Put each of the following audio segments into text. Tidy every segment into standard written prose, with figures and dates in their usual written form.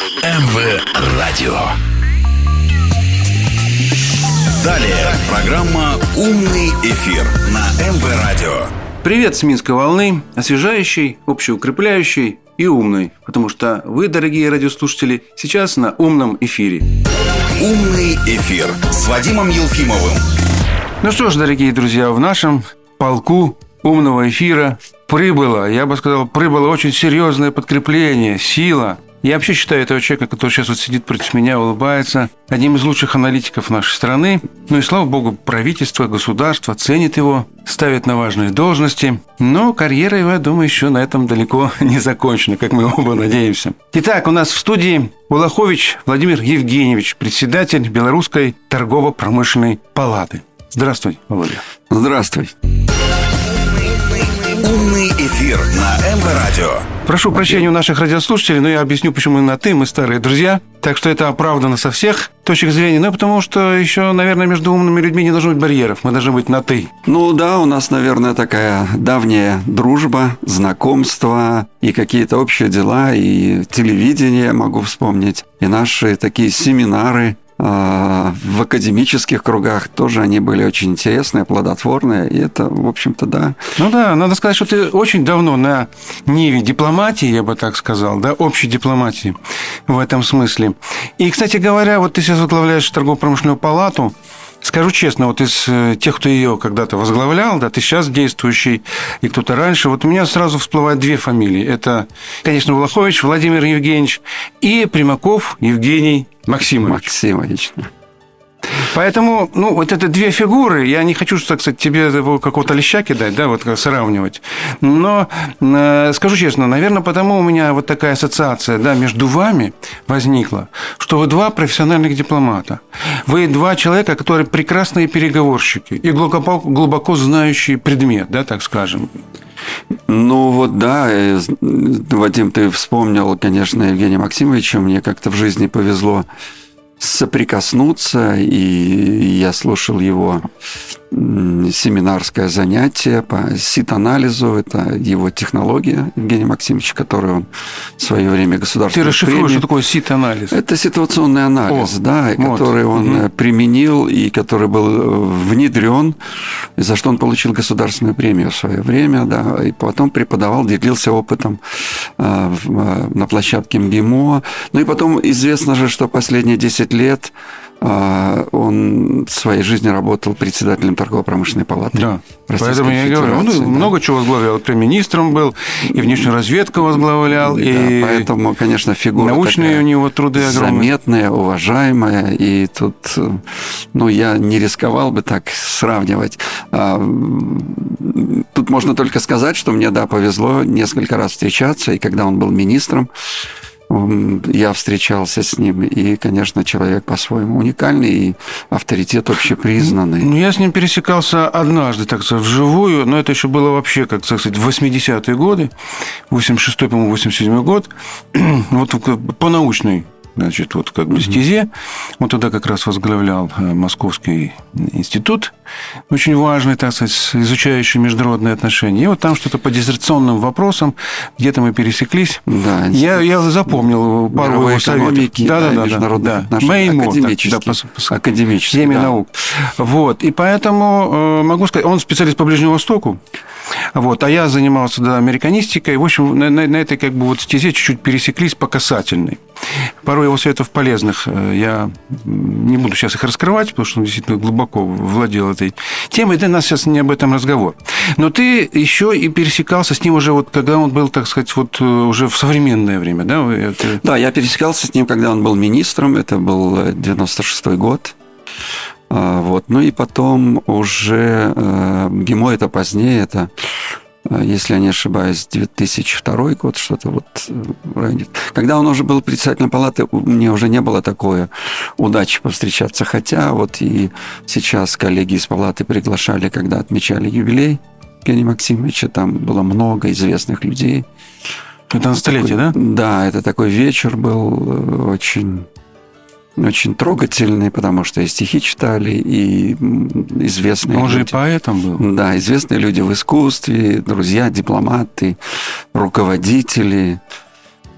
МВ Радио. Далее программа «Умный эфир» на МВ Радио. Привет с Минской волны, освежающий, общеукрепляющий и умный, потому что вы, дорогие радиослушатели, сейчас на умном эфире. «Умный эфир» с Вадимом Елфимовым. Ну что ж, дорогие друзья, в нашем полку умного эфира прибыло очень серьезное подкрепление, сила. Я вообще считаю этого человека, который сейчас вот сидит против меня, улыбается, одним из лучших аналитиков нашей страны. Ну и, слава богу, правительство, государство ценит его, ставит на важные должности. Но карьера его, я думаю, еще на этом далеко не закончена, как мы оба надеемся. Итак, у нас в студии Улахович Владимир Евгеньевич, председатель Белорусской торгово-промышленной палаты. Здравствуй, Володя. Здравствуй. «Умный эфир» на МВ Радио. Прошу прощения у наших радиослушателей, но я объясню, почему на «ты», мы старые друзья. Так что это оправдано со всех точек зрения. Ну, потому что еще, наверное, между умными людьми не должно быть барьеров. Мы должны быть на «ты». Ну да, у нас, наверное, такая давняя дружба, знакомство и какие-то общие дела, и телевидение могу вспомнить, и наши такие семинары в академических кругах тоже они были очень интересные, плодотворные, и это, в общем-то, да. Ну да, надо сказать, что ты очень давно на ниве дипломатии, я бы так сказал, да, общей дипломатии в этом смысле. И, кстати говоря, вот ты сейчас возглавляешь торгово-промышленную палату. Скажу честно, вот из тех, кто ее когда-то возглавлял, да, ты сейчас действующий и кто-то раньше, вот у меня сразу всплывают две фамилии. Это, конечно, Улахович Владимир Евгеньевич и Примаков Евгений Максимович. Поэтому, ну, вот это две фигуры, я не хочу, так сказать, тебе какого-то леща кидать, да, вот сравнивать, но скажу честно, наверное, потому у меня вот такая ассоциация, да, между вами возникла, что вы два профессиональных дипломата, вы два человека, которые прекрасные переговорщики и глубоко знающие предмет, да, так скажем. Ну вот да, Вадим, ты вспомнил, конечно, Евгения Максимовича, мне как-то в жизни повезло соприкоснуться, и я слушал его семинарское занятие по сит-анализу, это его технология Евгения Максимовича, которую он в свое время государственной премии. Ты расшифруешь, что такое сит-анализ? Это ситуационный анализ, который он применил и который был внедрен, за что он получил государственную премию в свое время, да, и потом преподавал, делился опытом на площадке МГИМО. Ну и потом известно же, что последние 10 лет он в своей жизни работал председателем торгово-промышленной палаты. Да, поэтому я и говорю, он много чего возглавлял. Премьер-министром был, и внешнюю разведку возглавлял, да, и поэтому, конечно, фигура научные у него труды огромные. Заметная, уважаемая, и тут, ну, я не рисковал бы так сравнивать. Тут можно только сказать, что мне, да, повезло несколько раз встречаться, и когда он был министром, я встречался с ним, и, конечно, человек по-своему уникальный, и авторитет общепризнанный. Я с ним пересекался однажды, так сказать, вживую, но это еще было вообще, как сказать, в 80-е годы, 86-й, по-моему, 87-й год, вот по научной, значит, вот как бы стезе. Он тогда как раз возглавлял Московский институт, очень важный, так сказать, изучающий международные отношения. И вот там что-то по диссертационным вопросам, где-то мы пересеклись. Да, я запомнил пару его советов. Да. Академический. Наук. Вот. И поэтому могу сказать, он специалист по Ближнему Востоку. Вот, а я занимался, да, американистикой. В общем, на этой как бы вот стезе чуть-чуть пересеклись по касательной. Пару его советов полезных я не буду сейчас их раскрывать, потому что он действительно глубоко владел этой темой. Да, у нас сейчас не об этом разговор. Но ты еще и пересекался с ним уже, вот, когда он был, так сказать, вот уже в современное время, да? Да, я пересекался с ним, когда он был министром. Это был 96-й год. Вот. Ну и потом уже ГИМО, это позднее, это, если я не ошибаюсь, 2002 год, что-то вот в районе. Когда он уже был председателем палаты, мне уже не было такой удачи повстречаться, хотя вот и сейчас коллеги из палаты приглашали, когда отмечали юбилей Евгения Максимовича, там было много известных людей. Это на столетие, да? Да, это такой вечер был очень трогательный, потому что и стихи читали, и известные люди. Он же и поэтом был. Да, известные люди в искусстве, друзья, дипломаты, руководители.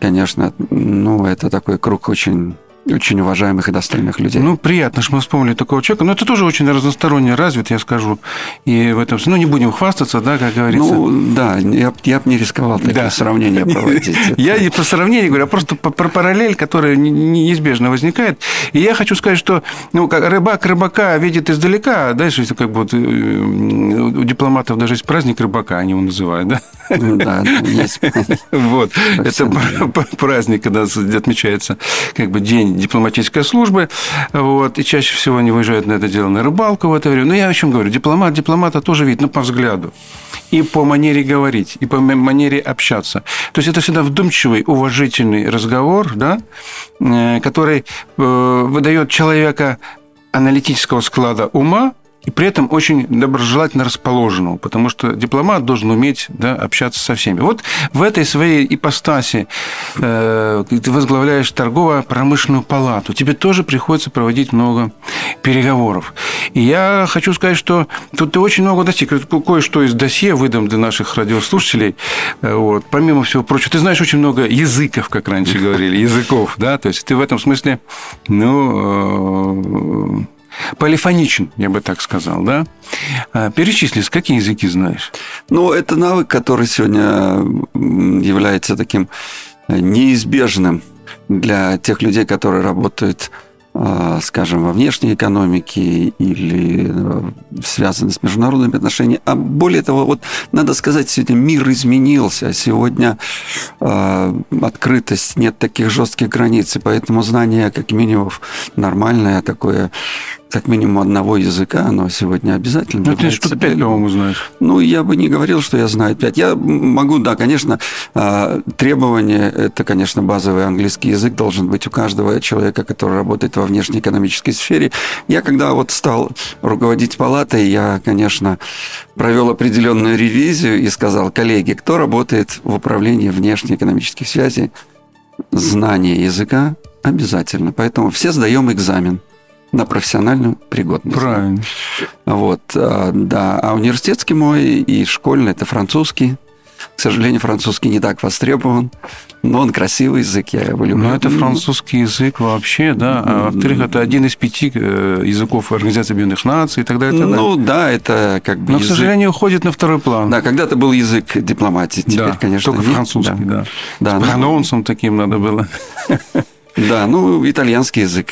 конечно, ну, это такой круг очень уважаемых и достойных людей. Ну, приятно, что мы вспомнили такого человека. Но это тоже очень разносторонне развит, я скажу. И в этом... Ну, не будем хвастаться, да, как говорится. Ну, да, я бы не рисковал такие сравнения проводить. Я не по сравнению говорю, а просто про параллель, которая неизбежно возникает. И я хочу сказать, что как рыбак рыбака видит издалека, да, что как бы вот у дипломатов даже есть праздник рыбака, они его называют, да? Да, есть. Вот. Это праздник, когда отмечается как бы день дипломатической службы, вот, и чаще всего они выезжают на это дело на рыбалку в это время. Но я о чем говорю? Дипломата тоже видно по взгляду, и по манере говорить, и по манере общаться. То есть это всегда вдумчивый, уважительный разговор, да, который выдает человека аналитического склада ума, и при этом очень доброжелательно расположенного, потому что дипломат должен уметь, да, общаться со всеми. Вот в этой своей ипостаси ты возглавляешь торгово-промышленную палату. Тебе тоже приходится проводить много переговоров. И я хочу сказать, что тут ты очень много достиг. Кое-что из досье выдам для наших радиослушателей. Вот. Помимо всего прочего, ты знаешь очень много языков, как раньше говорили, языков, да, то есть ты в этом смысле, полифоничен, я бы так сказал, да? Перечисли, какие языки знаешь? Ну, это навык, который сегодня является таким неизбежным для тех людей, которые работают, скажем, во внешней экономике или связаны с международными отношениями. А более того, вот надо сказать, сегодня мир изменился, сегодня открытость, нет таких жестких границ, и поэтому знание, как минимум, нормальное такое, как минимум одного языка, оно сегодня обязательно. Ну, ты что-то 5, по-моему, знаешь. Ну, я бы не говорил, что я знаю 5. Я могу, да, конечно, требования, это, конечно, базовый английский язык должен быть у каждого человека, который работает во внешнеэкономической сфере. Я, когда вот стал руководить палатой, я, конечно, провел определенную ревизию и сказал: коллеги, кто работает в управлении внешнеэкономических связей, знание языка обязательно. Поэтому все сдаем экзамен на профессиональную пригодность. Правильно. Вот, да. А университетский мой и школьный – это французский. К сожалению, французский не так востребован, но он красивый язык, я его люблю. Но это французский язык вообще, да. А во-вторых, это один из 5 языков Организации Объединенных Наций и так далее. Ну, да, это как бы но, язык... к сожалению, уходит на второй план. Да, когда-то был язык дипломатии, теперь, да, конечно, только нет. французский, да. Да, с прононсом таким надо было. Да, ну, итальянский язык.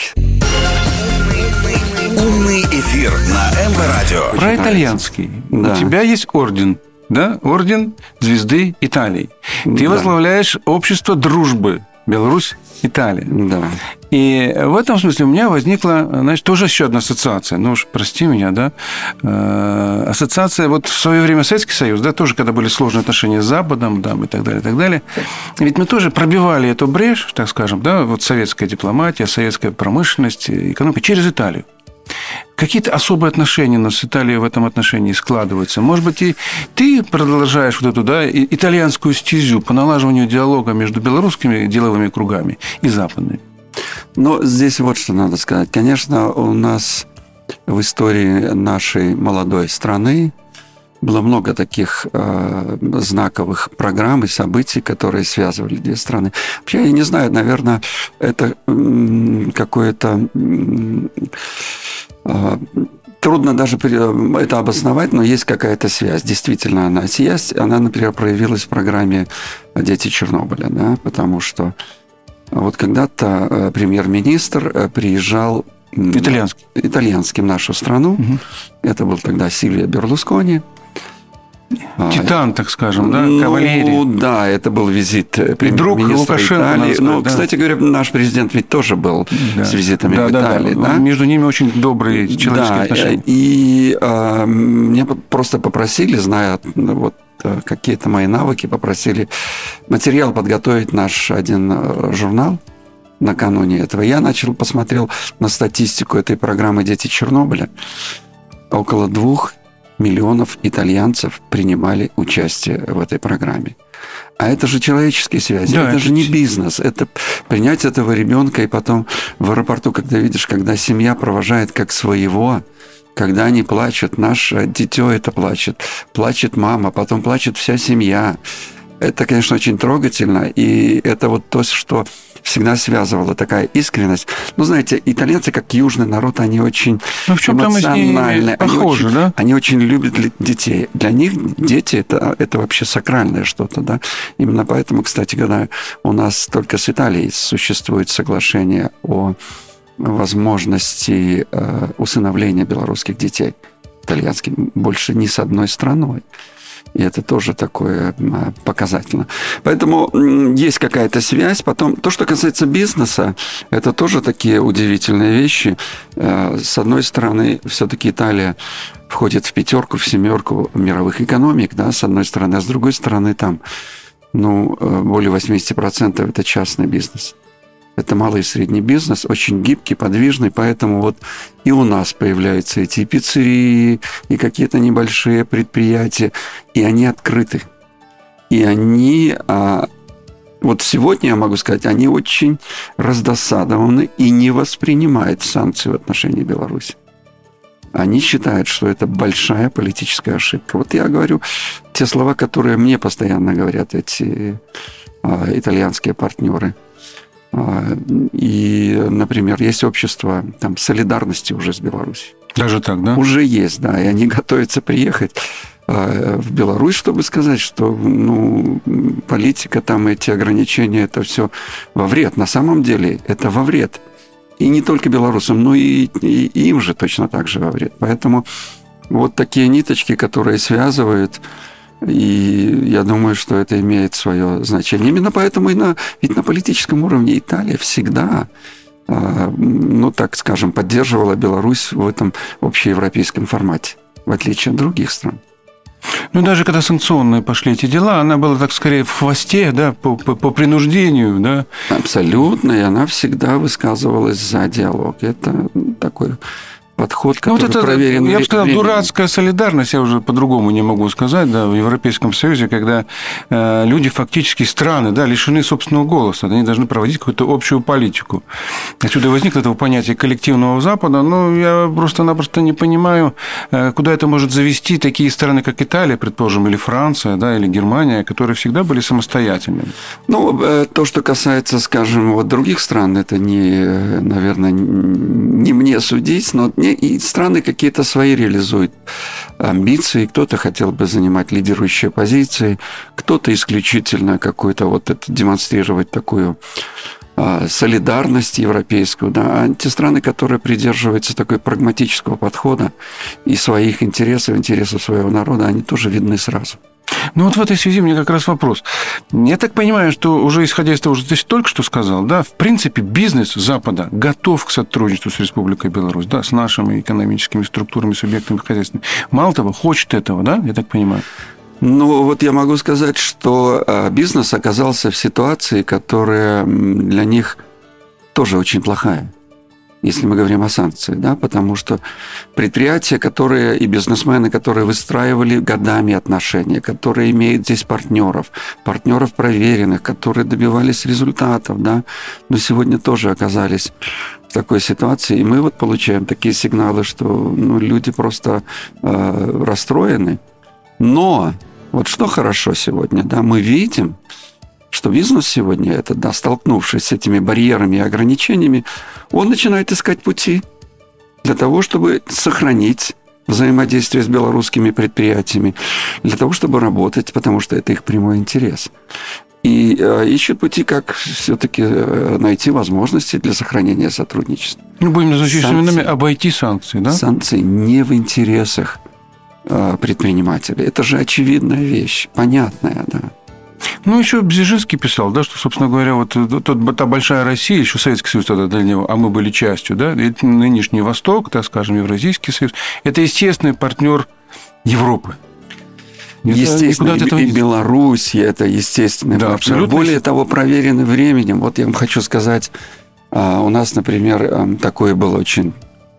Умный эфир на МВ-радио. Про итальянский. Да. У тебя есть орден, да? Орден Звезды Италии. Ты возглавляешь общество дружбы Беларусь-Италия. Да. И в этом смысле у меня возникла, значит, тоже еще одна ассоциация. Ну уж прости меня, да? Ассоциация, вот в свое время Советский Союз, да, тоже, когда были сложные отношения с Западом, да, и так далее, и так далее. Ведь мы тоже пробивали эту брешь, так скажем, да, вот советская дипломатия, советская промышленность, экономика через Италию. Какие-то особые отношения у нас с Италией в этом отношении складываются. Может быть, и ты продолжаешь вот эту, да, итальянскую стезю по налаживанию диалога между белорусскими деловыми кругами и западными. Но здесь вот что надо сказать. Конечно, у нас в истории нашей молодой страны было много таких знаковых программ и событий, которые связывали две страны. Вообще, я не знаю, наверное, это какое-то... Трудно даже это обосновать, но есть какая-то связь. Действительно, она есть. Она, например, проявилась в программе «Дети Чернобыля», да, потому что вот когда-то премьер-министр приезжал... Итальянский в нашу страну. Угу. Это был тогда Сильвио Берлускони. Титан, так скажем, да? Кавалерий. Ну, да, это был визит премьер-министра Италии. Ну, да. Кстати говоря, наш президент ведь тоже был с визитами в Италии. Да. Между ними очень добрые человеческие отношения. И меня просто попросили, зная вот какие-то мои навыки, попросили материал подготовить наш один журнал накануне этого. Я посмотрел на статистику этой программы «Дети Чернобыля». Около 2 миллионов итальянцев принимали участие в этой программе. А это же человеческие связи, да, это же не бизнес. Это принять этого ребенка и потом в аэропорту, когда видишь, когда семья провожает как своего, когда они плачут, наше дитё это плачет мама, потом плачет вся семья. Это, конечно, очень трогательно, и это вот то, что всегда связывала такая искренность. Ну, знаете, итальянцы, как южный народ, они очень эмоциональны. Похожи, да? Они очень любят детей. Для них дети это вообще сакральное что-то, да. Именно поэтому, кстати, когда у нас только с Италией существует соглашение о возможности усыновления белорусских детей итальянских, больше ни с одной страной. И это тоже такое показательно. Поэтому есть какая-то связь. Потом, то, что касается бизнеса, это тоже такие удивительные вещи. С одной стороны, все-таки Италия входит в 5, в 7 мировых экономик, да, с одной стороны. А с другой стороны, там, более 80% это частный бизнес. Это малый и средний бизнес, очень гибкий, подвижный, поэтому вот и у нас появляются эти пиццерии, и какие-то небольшие предприятия, и они открыты. И они, вот сегодня я могу сказать, они очень раздосадованы и не воспринимают санкции в отношении Беларуси. Они считают, что это большая политическая ошибка. Вот я говорю те слова, которые мне постоянно говорят эти итальянские партнеры. И, например, есть общество там, солидарности уже с Беларусью. Даже так, да? Уже есть, да. И они готовятся приехать в Беларусь, чтобы сказать, что политика, там эти ограничения, это все во вред. На самом деле это во вред. И не только белорусам, но и им же точно так же во вред. Поэтому вот такие ниточки, которые связывают. И я думаю, что это имеет свое значение. Именно поэтому ведь на политическом уровне Италия всегда, так скажем, поддерживала Беларусь в этом общеевропейском формате, в отличие от других стран. Даже когда санкционные пошли эти дела, она была так скорее в хвосте, да, по принуждению, да? Абсолютно, и она всегда высказывалась за диалог. Это такой подход, который проверен. Я бы сказал, дурацкая солидарность, я уже по-другому не могу сказать, да, в Европейском Союзе, когда люди, фактически страны, да, лишены собственного голоса, они должны проводить какую-то общую политику. Отсюда возникло этого понятия коллективного Запада, но я просто-напросто не понимаю, куда это может завести такие страны, как Италия, предположим, или Франция, да, или Германия, которые всегда были самостоятельными. То, что касается, скажем, вот других стран, это наверное, не мне судить, но и страны какие-то свои реализуют амбиции. Кто-то хотел бы занимать лидирующие позиции, кто-то исключительно какую-то демонстрировать такую солидарность европейскую. Да. А те страны, которые придерживаются такой прагматического подхода и своих интересов своего народа, они тоже видны сразу. В этой связи мне как раз вопрос. Я так понимаю, что уже исходя из того, что ты только что сказал, да, в принципе, бизнес Запада готов к сотрудничеству с Республикой Беларусь, да, с нашими экономическими структурами, субъектами хозяйственными. Мало того, хочет этого, да, я так понимаю? Я могу сказать, что бизнес оказался в ситуации, которая для них тоже очень плохая. Если мы говорим о санкциях, да, потому что предприятия, которые и бизнесмены, которые выстраивали годами отношения, которые имеют здесь партнеров проверенных, которые добивались результатов, да, но сегодня тоже оказались в такой ситуации, и мы получаем такие сигналы, что люди просто расстроены. Но что хорошо сегодня, да, мы видим, что бизнес сегодня, столкнувшись с этими барьерами и ограничениями, он начинает искать пути для того, чтобы сохранить взаимодействие с белорусскими предприятиями, для того, чтобы работать, потому что это их прямой интерес. И ищут пути, как все-таки найти возможности для сохранения сотрудничества. Будем называть обойти санкции, да? Санкции не в интересах предпринимателей. Это же очевидная вещь, понятная, да. Еще Бзежинский писал, да, что, собственно говоря, та большая Россия, еще Советский Союз тогда для него, а мы были частью, да, и нынешний Восток, так скажем, Евразийский Союз, это естественный партнер Европы. Естественно, и Беларусь, это естественный партнер. Абсолютно. Более того, проверенный временем. Я вам хочу сказать, у нас, например, такое было очень...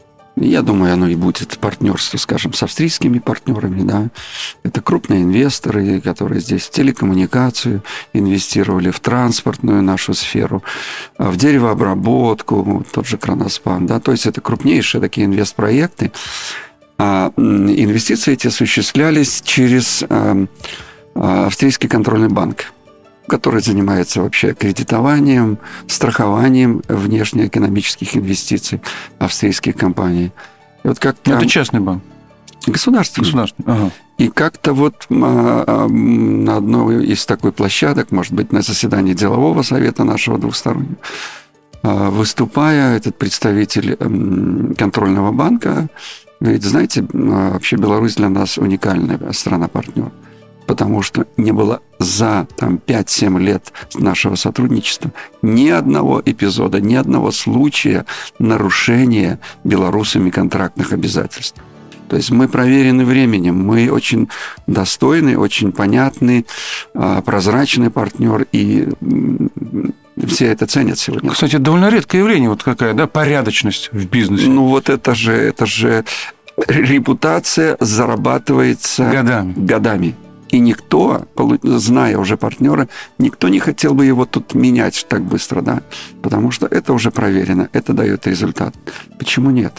Я думаю, оно и будет партнерство, скажем, с австрийскими партнерами, да. Это крупные инвесторы, которые здесь в телекоммуникацию инвестировали, в транспортную нашу сферу, в деревообработку, тот же Кроноспан, да. То есть это крупнейшие такие инвестпроекты. А инвестиции эти осуществлялись через австрийский контрольный банк, который занимается вообще кредитованием, страхованием внешнеэкономических инвестиций австрийских компаний. И вот как-то... Это частный банк? Государственный. Ага. И как-то вот на одной из такой площадок, может быть, на заседании делового совета нашего двустороннего, выступая, этот представитель контрольного банка говорит: знаете, вообще Беларусь для нас уникальная страна-партнер, потому что не было за 5-7 лет нашего сотрудничества ни одного эпизода, ни одного случая нарушения белорусами контрактных обязательств. То есть мы проверены временем, мы очень достойный, очень понятный, прозрачный партнер, и все это ценят сегодня. Кстати, довольно редкое явление, вот какая, да, порядочность в бизнесе. Ну вот это же репутация зарабатывается годами. И никто, зная уже партнера, никто не хотел бы его тут менять так быстро, да, потому что это уже проверено, это дает результат. Почему нет?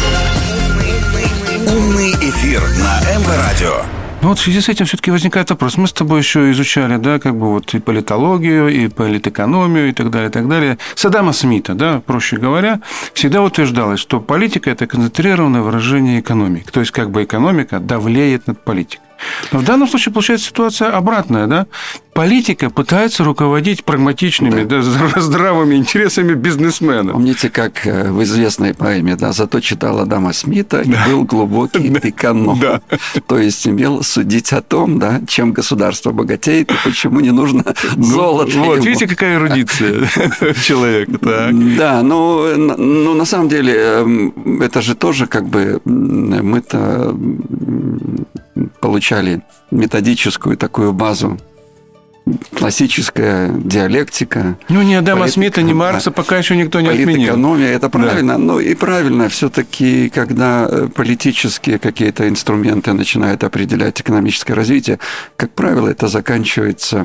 Умный эфир на МВ-радио. Ну вот в связи с этим все-таки возникает вопрос. Мы с тобой еще изучали, да, как бы вот и политологию, и политэкономию, и так далее, и так далее. С Адама Смита, да, проще говоря, всегда утверждалось, что политика – это концентрированное выражение экономики. То есть, как бы экономика давлеет над политикой. Но в данном случае получается ситуация обратная, да? Политика пытается руководить прагматичными, да, здравыми интересами бизнесменов. Помните, как в известной поэме, да, зато читал Адама Смита и был глубокий эконом. Да. То есть имел судить о том, да, чем государство богатеет и почему не нужно золото. Вот, видите, какая эрудиция человека. Да, но на самом деле это же тоже как бы мы-то получали методическую такую базу, классическая диалектика. Ну, ни Адама Смита, ни Маркса пока еще никто не отменил. Политэкономия, это правильно. Да. Ну, и правильно, все-таки, когда политические какие-то инструменты начинают определять экономическое развитие, как правило, это заканчивается,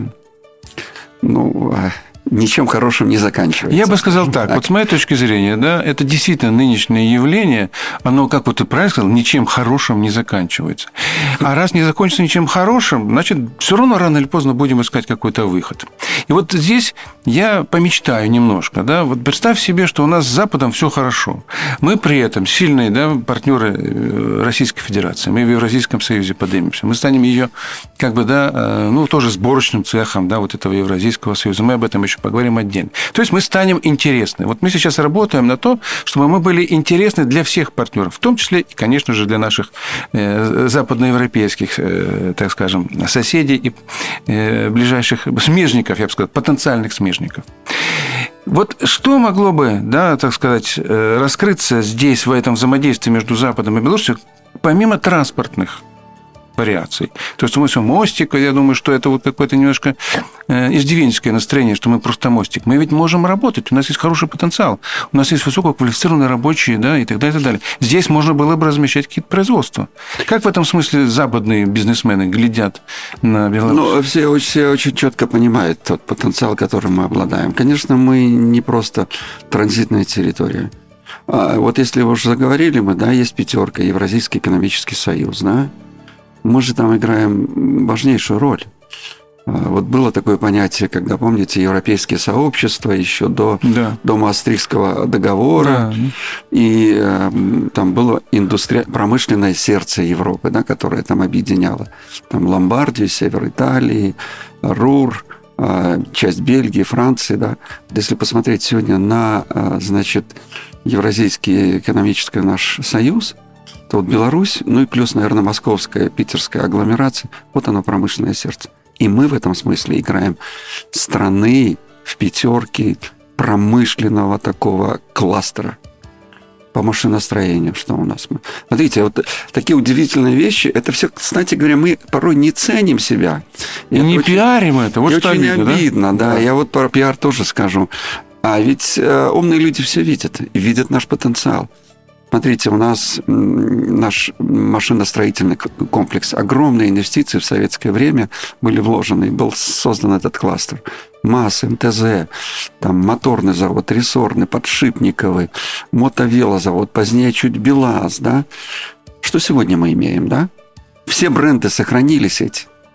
ничем хорошим не заканчивается. Я бы сказал так. Вот с моей точки зрения, да, это действительно нынешнее явление, оно, как вот ты правильно сказал, ничем хорошим не заканчивается. А раз не закончится ничем хорошим, значит, все равно рано или поздно будем искать какой-то выход. И вот здесь я помечтаю немножко, да, вот представь себе, что у нас с Западом все хорошо. Мы при этом сильные, да, партнеры Российской Федерации. Мы в Евразийском Союзе поднимемся. Мы станем ее, как бы, да, тоже сборочным цехом, да, вот этого Евразийского Союза. Мы об этом еще поговорим отдельно. То есть мы станем интересны. Вот мы сейчас работаем на то, чтобы мы были интересны для всех партнеров, в том числе и, конечно же, для наших западноевропейских, так скажем, соседей и ближайших смежников, я бы сказал, потенциальных смежников. Вот что могло бы, да, так сказать, раскрыться здесь, в этом взаимодействии между Западом и Беларусью, помимо транспортных вариаций. То есть мы все мостик, я думаю, что это вот какое-то немножко иждивенческое настроение, что мы просто мостик. Мы ведь можем работать, у нас есть хороший потенциал, у нас есть высококвалифицированные рабочие, да, и так далее, и так далее. Здесь можно было бы размещать какие-то производства. Как в этом смысле западные бизнесмены глядят на Беларусь? Все очень четко понимают тот потенциал, которым мы обладаем. Конечно, мы не просто транзитная территория. Вот если вы уже заговорили, да, есть пятерка, Евразийский экономический союз, да, мы же там играем важнейшую роль. Вот было такое понятие, когда, помните, европейские сообщества еще до Маастрихтского договора, и там было промышленное сердце Европы, да, которое там объединяло. Там Ломбардию, север Италии, Рур, часть Бельгии, Франции. Да. Если посмотреть сегодня на, Евразийский экономический наш союз, то вот Беларусь, и плюс, наверное, московская, питерская агломерация, вот оно промышленное сердце. И мы в этом смысле играем страны в пятерке промышленного такого кластера по машиностроению, что у нас. Смотрите, вот такие удивительные вещи, это все, кстати говоря, мы порой не ценим себя. И не пиарим это, вот что очень обидно, да. Я вот про пиар тоже скажу. А ведь умные люди все видят, и видят наш потенциал. Смотрите, у нас наш машиностроительный комплекс, огромные инвестиции в советское время были вложены, и был создан этот кластер. МАЗ, МТЗ, там моторный завод, рессорный, подшипниковый, мотовелозавод, позднее чуть БелАЗ, да. Что сегодня мы имеем, да? Все бренды сохранились эти.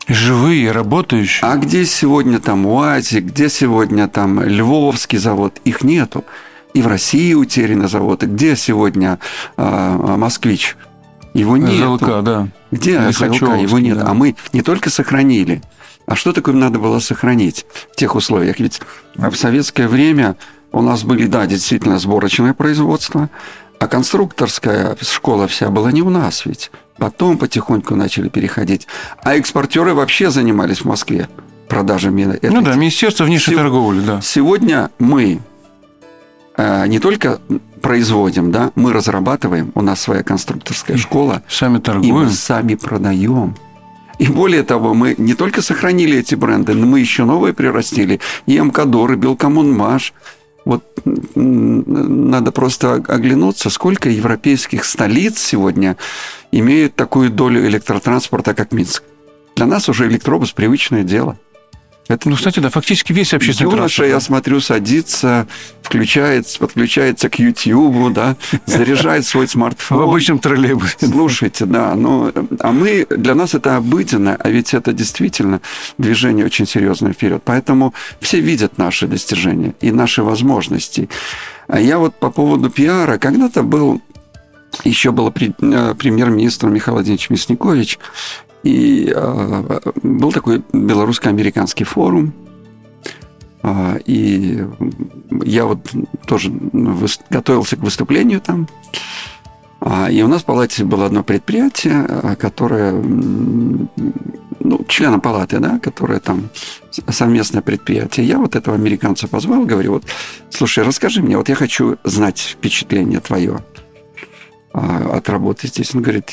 Живые, работающие. А где сегодня там УАЗик, где сегодня там Львовский завод? Их нету. И в России утеряны заводы. Где сегодня Москвич? Его нет. ЗЛК, да. Где ЗЛК? Его нет. Да. А мы не только сохранили. А что такое надо было сохранить в тех условиях? Ведь в советское время у нас были, да, действительно сборочное производство, а конструкторская школа вся была не у нас ведь. Потом потихоньку начали переходить. А экспортеры вообще занимались в Москве продажами. Ну да, Министерство внешней торговли, да. Сегодня мы не только производим, да, мы разрабатываем, у нас своя конструкторская школа. Сами торгуем. И мы сами продаем. И более того, мы не только сохранили эти бренды, но мы еще новые прирастили. И МКДОР, и Белкоммунмаш. Вот надо просто оглянуться, сколько европейских столиц сегодня имеют такую долю электротранспорта, как Минск. Для нас уже электробус – привычное дело. Это, кстати, да, фактически весь общественный транспорт. Юноша, я смотрю, садится, подключается к YouTube, да, заряжает свой смартфон. В обычном троллейбусе. Слушайте, да. Для нас это обыденно, а ведь это действительно движение очень серьезное вперед. Поэтому все видят наши достижения и наши возможности. А я вот по поводу пиара, когда-то еще был премьер-министр Михаил Владимирович Мясникович, и был такой белорусско-американский форум, и я вот тоже готовился к выступлению там, и у нас в палате было одно предприятие, которое, членом палаты, да, которое там совместное предприятие. Я вот этого американца позвал, говорю, вот, слушай, расскажи мне, вот я хочу знать впечатление твое от работы здесь. Он говорит,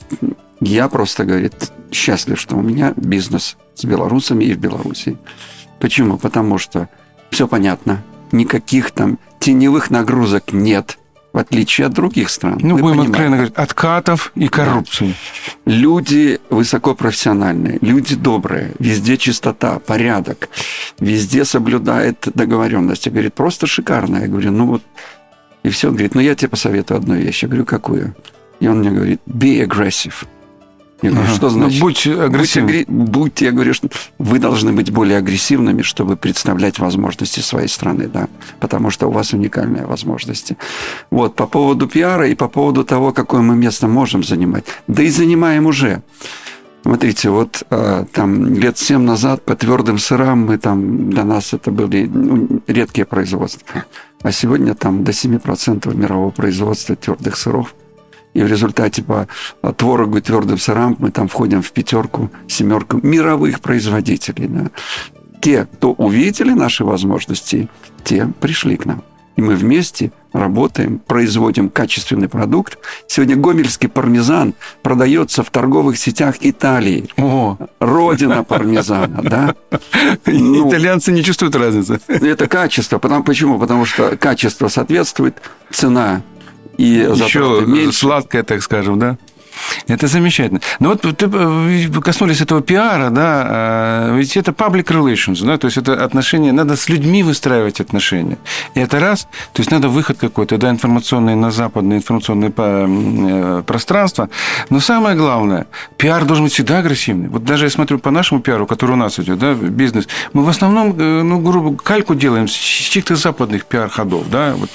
я просто, говорит, счастлив, что у меня бизнес с белорусами и в Беларуси. Почему? Потому что все понятно. Никаких там теневых нагрузок нет, в отличие от других стран. Будем откровенно говорить, откатов и коррупции. Да. Люди высокопрофессиональные, люди добрые, везде чистота, порядок, везде соблюдает договоренность. Я говорю, просто шикарно. Я говорю, и все. Он говорит, я тебе посоветую одну вещь. Я говорю, какую? И он мне говорит, be aggressive. Я говорю, что значит? Будь агрессивным. Я говорю, что вы должны быть более агрессивными, чтобы представлять возможности своей страны, да, потому что у вас уникальные возможности. Вот, по поводу пиара и по поводу того, какое мы место можем занимать. Да и занимаем уже. Смотрите, вот там лет 7 назад по твердым сырам для нас это были редкие производства. А сегодня там до 7% мирового производства твердых сыров. И в результате по творогу и твердым сырам мы там входим в 5-7 мировых производителей. Да. Те, кто увидели наши возможности, те пришли к нам. И мы вместе работаем, производим качественный продукт. Сегодня гомельский пармезан продается в торговых сетях Италии. О. Родина пармезана, да? Итальянцы не чувствуют разницы. Это качество. Почему? Потому что качество соответствует, цена и еще меньше. Сладкое, так скажем, да? Это замечательно. Но вот вы коснулись этого пиара, да, ведь это public relations, да, то есть это отношения, надо с людьми выстраивать отношения. И это раз, то есть надо выход какой-то, да, информационный на западное информационное пространство. Но самое главное, пиар должен быть всегда агрессивный. Вот даже я смотрю по нашему пиару, который у нас идет, да, бизнес, мы в основном, грубо кальку делаем с чьих-то западных пиар-ходов, да, вот,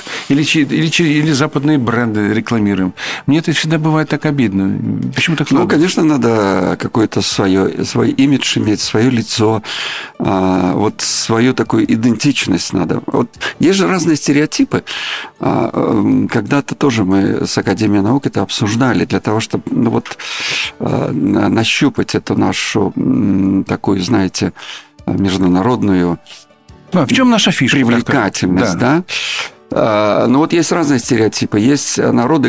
или западные бренды рекламируем. Мне это всегда бывает так обидно. Почему так сложно? Конечно, надо какой-то свой имидж иметь, свое лицо, вот свою такую идентичность надо. Вот есть же разные стереотипы. Когда-то тоже мы с Академией наук это обсуждали для того, чтобы нащупать эту нашу такую, знаете, международную в чем наша фишка? Привлекательность, да? Вот есть разные стереотипы. Есть народы,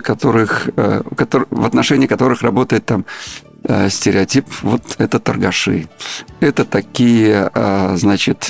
в отношении которых работает там стереотип, вот это торгаши. Это такие, значит,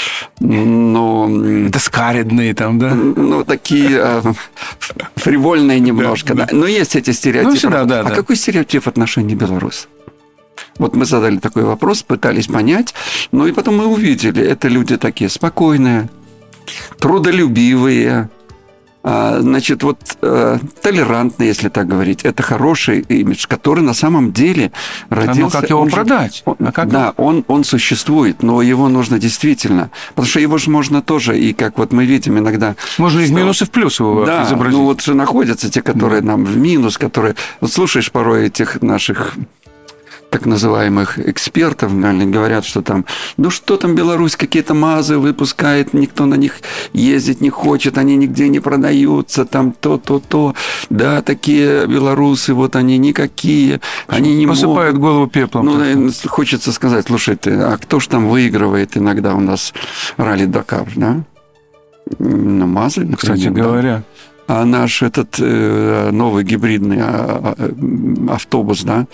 это скаредные там, да? Такие фривольные немножко, да. Но есть эти стереотипы. Да. Какой стереотип в отношении белорусов? Вот мы задали такой вопрос, пытались понять, и потом мы увидели, это люди такие спокойные, трудолюбивые, Значит, вот толерантный, если так говорить, это хороший имидж, который на самом деле родился... Ну, как его продать? Он существует, но его нужно действительно... Потому что его же можно тоже, и как вот мы видим иногда... Можно из минуса в плюс его изобразить. Ну, вот же находятся те, которые нам в минус, которые... Вот слушаешь порой этих наших... так называемых экспертов, говорят, что там, ну что там Беларусь, какие-то МАЗы выпускает, никто на них ездить не хочет, они нигде не продаются, там то. Да, такие белорусы, вот они никакие, они не посыпают голову пеплом. Ну, хочется сказать, слушайте, а кто ж там выигрывает иногда у нас ралли-Дакар, да? Ну, МАЗы, например, кстати говоря. А наш этот новый гибридный автобус, да,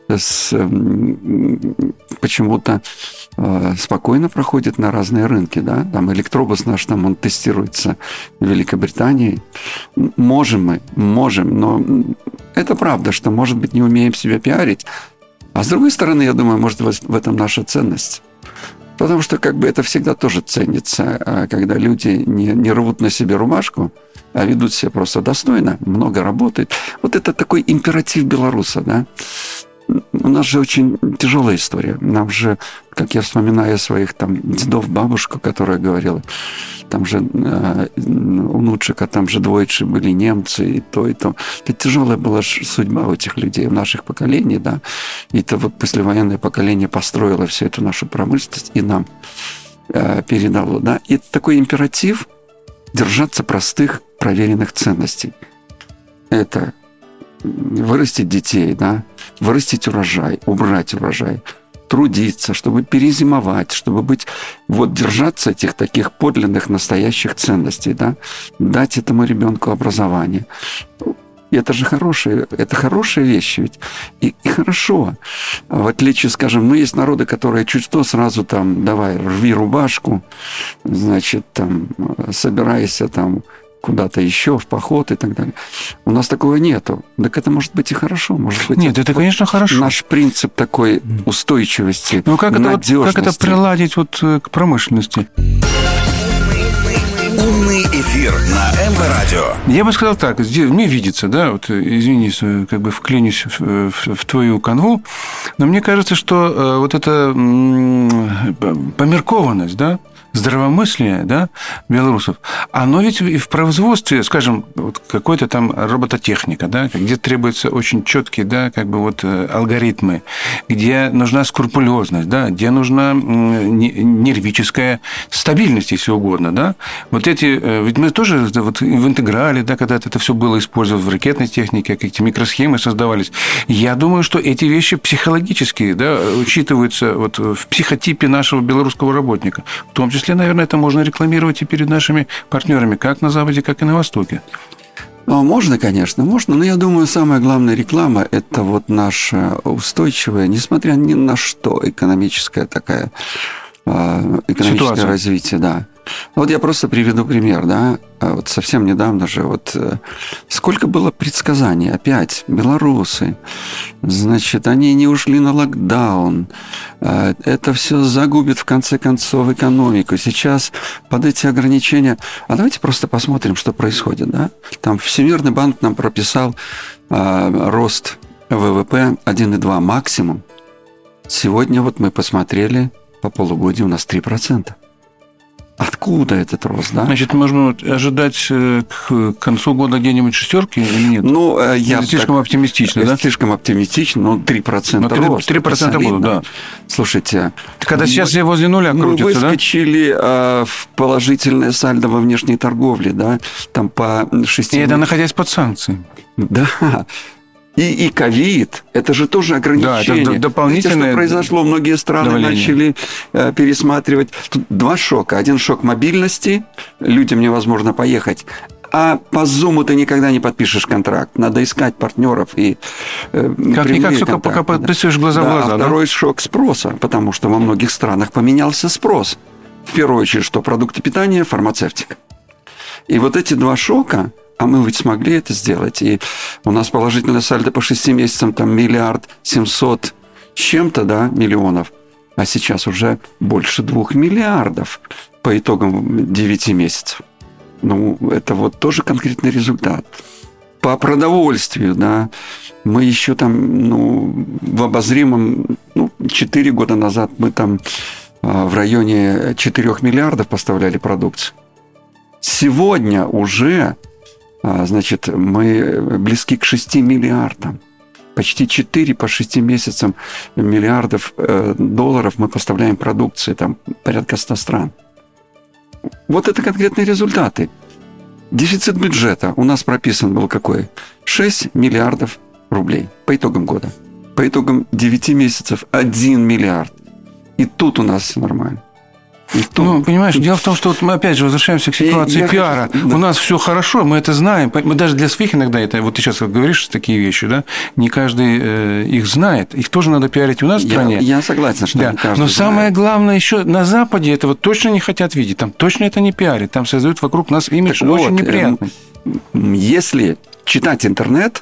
почему-то спокойно проходит на разные рынки, да, там электробус наш, там он тестируется в Великобритании. Можем, но это правда, что, может быть, не умеем себя пиарить. А с другой стороны, я думаю, может, в этом наша ценность. Потому что как бы это всегда тоже ценится, когда люди не рвут на себе рубашку, а ведут себя просто достойно, много работают. Вот это такой императив белоруса, да. У нас же очень тяжелая история. Нам же, как я вспоминаю своих там дедов, бабушку, которая говорила, там же у Нучика там же двоечи были немцы, и то, и то. Это тяжелая была судьба у этих людей, в наших поколений, да. И это вот послевоенное поколение построило всю эту нашу промышленность и нам передало, да. И это такой императив держаться простых, проверенных ценностей. Это вырастить детей, да, вырастить урожай, убрать урожай, трудиться, чтобы перезимовать, чтобы быть, вот держаться этих таких подлинных, настоящих ценностей, да, дать этому ребенку образование. И это же хорошие вещи ведь. И хорошо. В отличие, скажем, есть народы, которые чуть что сразу там, давай, рви рубашку, значит, там, собирайся там куда-то еще в поход и так далее. У нас такого нету. Так это может быть и хорошо. Может быть, нет, это, конечно, хорошо. Наш принцип такой устойчивости, надежности. Как это приладить вот к промышленности? Умный эфир на МВ-радио. Я бы сказал так, мне видится, да, вот, извини, как бы вклинюсь в твою канву, но мне кажется, что вот эта померкованность, да, здравомыслие, да, белорусов, оно ведь и в производстве, скажем, вот какой-то там робототехника, да, где требуются очень четкие, да, как бы вот алгоритмы, где нужна скрупулезность, да, где нужна нервическая стабильность, если угодно, да. Вот эти, ведь мы тоже вот в интеграле, да, когда-то это все было использовано в ракетной технике, какие-то микросхемы создавались. Я думаю, что эти вещи психологические, да, учитываются вот в психотипе нашего белорусского работника, в том числе, наверное, это можно рекламировать и перед нашими партнерами, как на Западе, как и на Востоке. Можно, конечно, можно, но я думаю, самая главная реклама – это вот наша устойчивая, несмотря ни на что, экономическое ситуация. Развитие, да. Вот я просто приведу пример, да. Вот совсем недавно же вот сколько было предсказаний. Опять белорусы, значит, они не ушли на локдаун. Это все загубит, в конце концов, экономику. Сейчас под эти ограничения... А давайте просто посмотрим, что происходит, да. Там Всемирный банк нам прописал рост ВВП 1,2 максимум. Сегодня вот мы посмотрели, по полугодию у нас 3%. Откуда этот рост, да? Значит, можно ожидать к концу года где-нибудь шестерки или нет? Ну, я слишком оптимистично, да? Слишком оптимистично, но 3% рост. 3% будут, да. Слушайте... Когда сейчас все возле нуля крутятся, да? Мы выскочили в положительное сальдо во внешней торговле, да? Там по 6... И это находясь под санкциями. Да. И ковид, это же тоже ограничение. Да, это дополнительное. Видите, что произошло? Многие страны начали пересматривать. Тут два шока. Один шок мобильности, людям невозможно поехать. А по Zoom ты никогда не подпишешь контракт. Надо искать партнеров и как-никак, только пока подписываешь глаза в глаза. А второй шок спроса, потому что во многих странах поменялся спрос. В первую очередь, что продукты питания, фармацевтика. И вот эти два шока... А мы ведь смогли это сделать. И у нас положительное сальдо по 6 месяцам, там 1 700 000 чем-то, да, миллионов. А сейчас уже больше 2 миллиардов по итогам 9 месяцев. Ну, это вот тоже конкретный результат. По продовольствию, да, мы еще там, в обозримом, 4 года назад мы там в районе 4 миллиардов поставляли продукцию. Сегодня уже, значит, мы близки к 6 миллиардам. Почти 4 по 6 месяцам миллиардов долларов мы поставляем продукции, там порядка 100 стран. Вот это конкретные результаты. Дефицит бюджета у нас прописан был какой? 6 миллиардов рублей по итогам года. По итогам 9 месяцев 1 миллиард. И тут у нас все нормально. Понимаешь, дело в том, что вот мы опять же возвращаемся к ситуации пиара. У нас все хорошо, мы это знаем. Мы даже для своих иногда это, вот ты сейчас говоришь такие вещи, да, не каждый их знает. Их тоже надо пиарить у нас в стране. Я согласен, что не каждый Но знает. самое главное еще на Западе этого точно не хотят видеть. Там точно это не пиарят. Там создают вокруг нас имидж очень неприятный. Если читать интернет,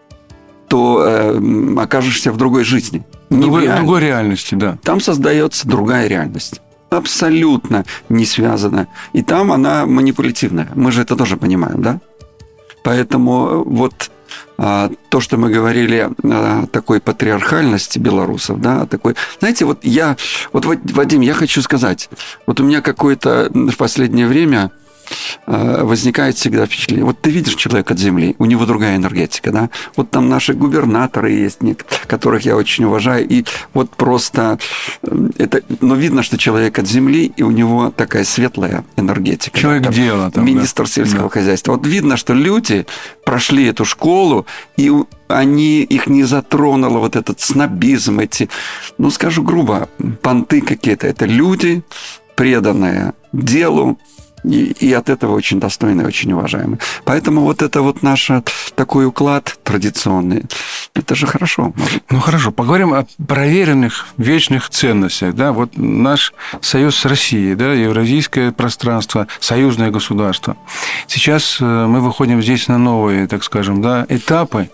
то окажешься в другой жизни. В другой реальности, да. Там создается другая реальность. Абсолютно не связана. И там она манипулятивная. Мы же это тоже понимаем, да? Поэтому вот то, что мы говорили о такой патриархальности белорусов, да, такой... Знаете, Вадим, я хочу сказать, вот у меня какое-то в последнее время возникает всегда впечатление. Вот ты видишь человека от земли, у него другая энергетика, да? Вот там наши губернаторы есть, которых я очень уважаю, и вот просто это... Но видно, что человек от земли, и у него такая светлая энергетика. Человек дела. Там, министр сельского хозяйства. Вот видно, что люди прошли эту школу, и их не затронуло вот этот снобизм, эти, скажу грубо, понты какие-то. Это люди, преданные делу, и от этого очень достойные, очень уважаемые. Поэтому вот это вот наш такой уклад традиционный, это же хорошо. Хорошо, поговорим о проверенных вечных ценностях. Да? Вот наш союз с Россией, да, евразийское пространство, союзное государство. Сейчас мы выходим здесь на новые, так скажем, да, этапы,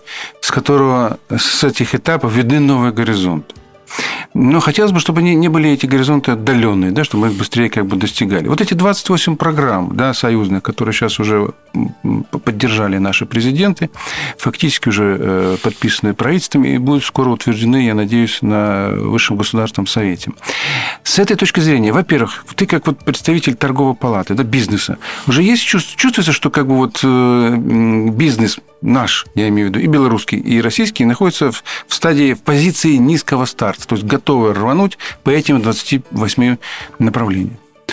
с этих этапов видны новые горизонты. Но хотелось бы, чтобы не были эти горизонты отдаленные, да, чтобы мы их быстрее достигали. Вот эти 28 программ, да, союзных, которые сейчас уже поддержали наши президенты, фактически уже подписаны правительством и будут скоро утверждены, я надеюсь, на Высшем Государственном Совете. С этой точки зрения, во-первых, ты как представитель торговой палаты, да, бизнеса, уже есть чувствуется, что бизнес наш, я имею в виду, и белорусский, и российский, находится в стадии, в позиции низкого старта, то есть готовы рвануть по этим 28 направлениям?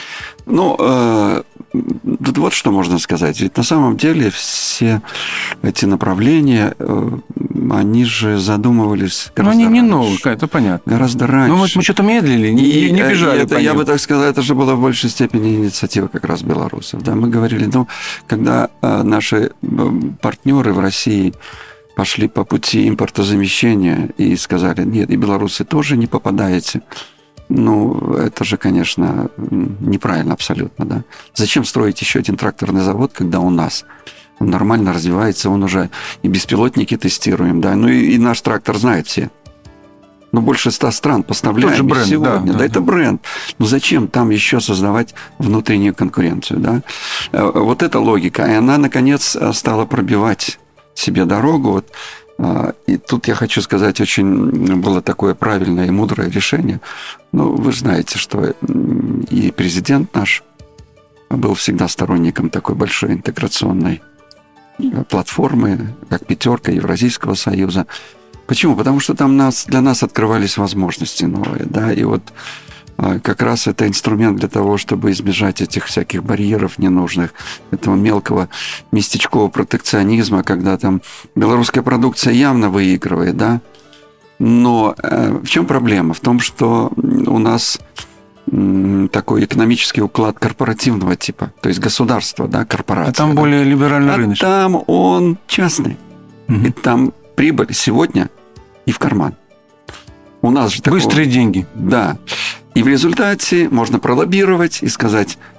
Тут вот что можно сказать. Ведь на самом деле все эти направления, они же задумывались гораздо раньше. Они не новые, это понятно. Гораздо раньше. Мы что-то медлили, не бежали по ним. Я бы так сказал, это же была в большей степени инициатива как раз белорусов. Да? Мы говорили, когда наши партнеры в России пошли по пути импортозамещения и сказали, нет, и белорусы тоже не попадаете. Это же, конечно, неправильно абсолютно, да. Зачем строить еще один тракторный завод, когда у нас он нормально развивается, он уже и беспилотники тестируем, да, и наш трактор знает все. Больше 100 стран поставляем бренд, сегодня. Да, это бренд. Зачем там еще создавать внутреннюю конкуренцию, да? Вот эта логика, и она, наконец, стала пробивать себе дорогу. И тут я хочу сказать, очень было такое правильное и мудрое решение. Вы знаете, что и президент наш был всегда сторонником такой большой интеграционной платформы, как «Пятерка», Евразийского союза. Почему? Потому что там для нас открывались возможности новые, да, и вот как раз это инструмент для того, чтобы избежать этих всяких барьеров ненужных, этого мелкого местечкового протекционизма, когда там белорусская продукция явно выигрывает, да. Но в чем проблема? В том, что у нас такой экономический уклад корпоративного типа, то есть государство, да, корпорация. А там более либеральный рынок. Там он частный. И там прибыль сегодня и в карман. У нас же быстрые деньги. Да. И в результате можно пролоббировать и сказать,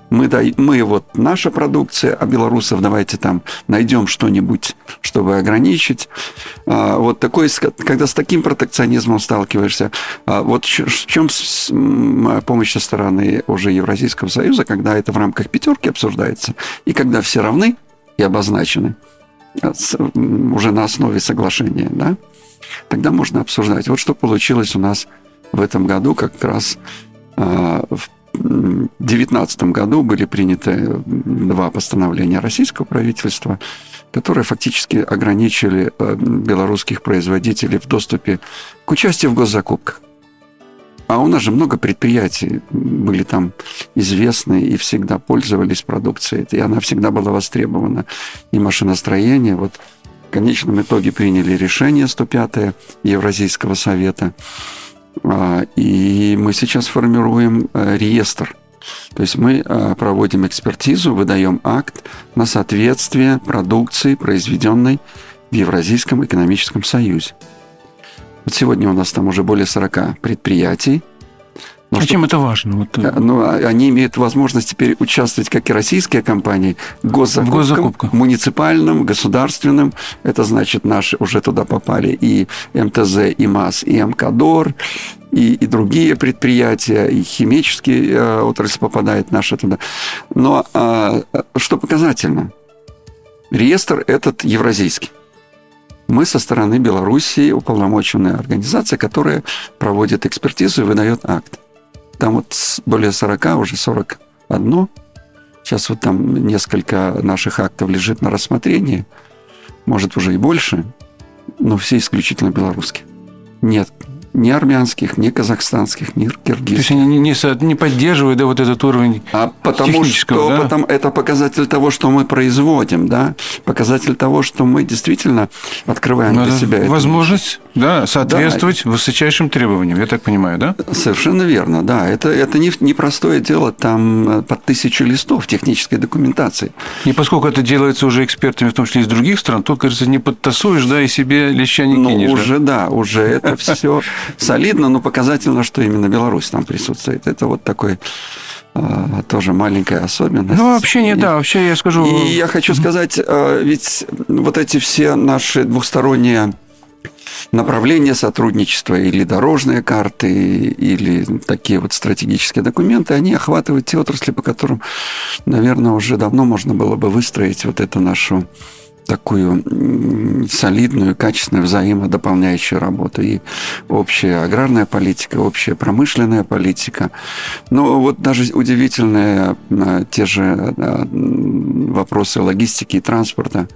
Мы вот наша продукция, а белорусов давайте там найдем что-нибудь, чтобы ограничить. Вот такой, когда с таким протекционизмом сталкиваешься, вот в чем помощь со стороны уже Евразийского союза, когда это в рамках пятерки обсуждается, и когда все равны и обозначены уже на основе соглашения, да, тогда можно обсуждать. Вот что получилось у нас в этом году, как раз в 2019 году были приняты 2 постановления российского правительства, которые фактически ограничили белорусских производителей в доступе к участию в госзакупках. А у нас же много предприятий были там известны и всегда пользовались продукцией, и она всегда была востребована. И машиностроение. Вот в конечном итоге приняли решение 105-е Евразийского совета. И мы сейчас формируем реестр. То есть мы проводим экспертизу, выдаем акт на соответствие продукции, произведенной в Евразийском экономическом союзе. Вот сегодня у нас там уже более 40 предприятий. Но чем это важно? Они имеют возможность теперь участвовать, как и российские компании, в госзакупках. Муниципальным, государственным. Это значит, наши уже туда попали и МТЗ, и МАЗ, и МКДОР, и другие предприятия, и химические отрасль попадает наша туда. Но что показательно? Реестр этот евразийский. Мы со стороны Белоруссии уполномоченная организация, которая проводит экспертизу и выдает акт. Там вот более 40, уже 41. Сейчас вот там несколько наших актов лежит на рассмотрении. Может, уже и больше. Но все исключительно белорусские. Нет ни армянских, ни казахстанских, ни киргизских. То есть они не поддерживают, да, вот этот уровень технического, да? Потому это показатель того, что мы производим, да? Показатель того, что мы действительно открываем для себя возможность, да, соответствовать высочайшим требованиям, я так понимаю, да? Совершенно верно, да. Это не простое дело, там под 1000 листов технической документации. И поскольку это делается уже экспертами, в том числе из других стран, тут, кажется, не подтасуешь, да, и себе леща не кинешь. Уже это все солидно, но показательно, что именно Беларусь там присутствует. Это вот такой тоже маленькая особенность. Ну, вообще вообще я скажу... И я хочу сказать, ведь вот эти все наши двухсторонние направления сотрудничества или дорожные карты, или такие вот стратегические документы, они охватывают те отрасли, по которым, наверное, уже давно можно было бы выстроить вот эту нашу такую солидную, качественную, взаимодополняющую работу. И общая аграрная политика, общая промышленная политика. Но вот даже удивительные те же вопросы логистики и транспорта.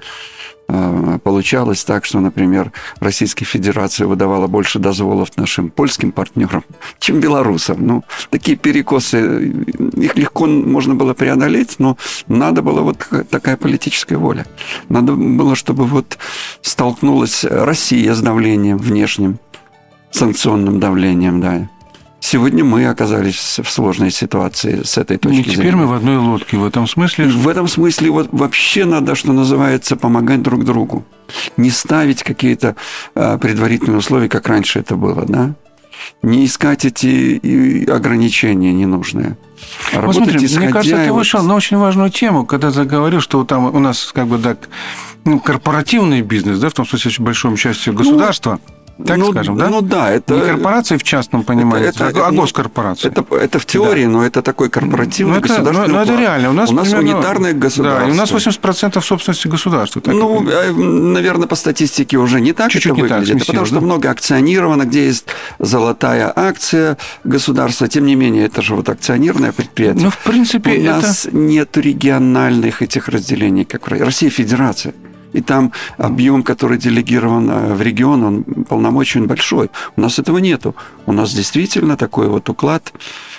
Получалось так, что, например, Российская Федерация выдавала больше дозволов нашим польским партнерам, чем белорусам. Ну, такие перекосы, их легко можно было преодолеть, но надо было вот такая политическая воля. Надо было, чтобы вот столкнулась Россия с давлением внешним, санкционным давлением, да. Сегодня мы оказались в сложной ситуации с этой точки зрения. Теперь мы в одной лодке в этом смысле. В этом смысле вот вообще надо, что называется, помогать друг другу. Не ставить какие-то предварительные условия, как раньше это было, да? Не искать эти ограничения ненужные. Вот смотри, мне кажется, ты вышел на очень важную тему, когда заговорил, что там у нас как бы так, корпоративный бизнес, да, в том смысле, очень большой частью государства. Так скажем, да? Ну да, это... Не корпорации в частном понимании, а госкорпорации. Это в теории, но это такой корпоративный государственный уклад. Это реально. У нас унитарное государство. Да, и у нас 80% собственности государства. Наверное, по статистике уже не так чуть-чуть это выглядит, потому что много акционировано, где есть золотая акция государства. Тем не менее, это же вот акционерное предприятие. Ну, в принципе, у нас нет региональных этих разделений, как в России Федерация. И там объем, который делегирован в регион, он полномочий большой. У нас этого нету. У нас действительно такой вот уклад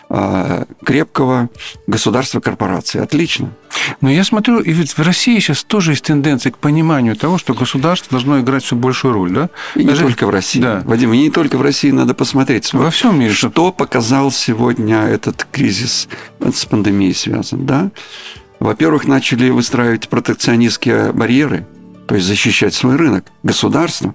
крепкого государства-корпорации. Отлично. Но я смотрю, и ведь в России сейчас тоже есть тенденция к пониманию того, что государство должно играть все большую роль, да? И не только в России. Да. Вадим, и не только в России, надо посмотреть. Во всем мире. Что показал сегодня этот кризис с пандемией связан, да? Во-первых, начали выстраивать протекционистские барьеры, то есть защищать свой рынок, государство.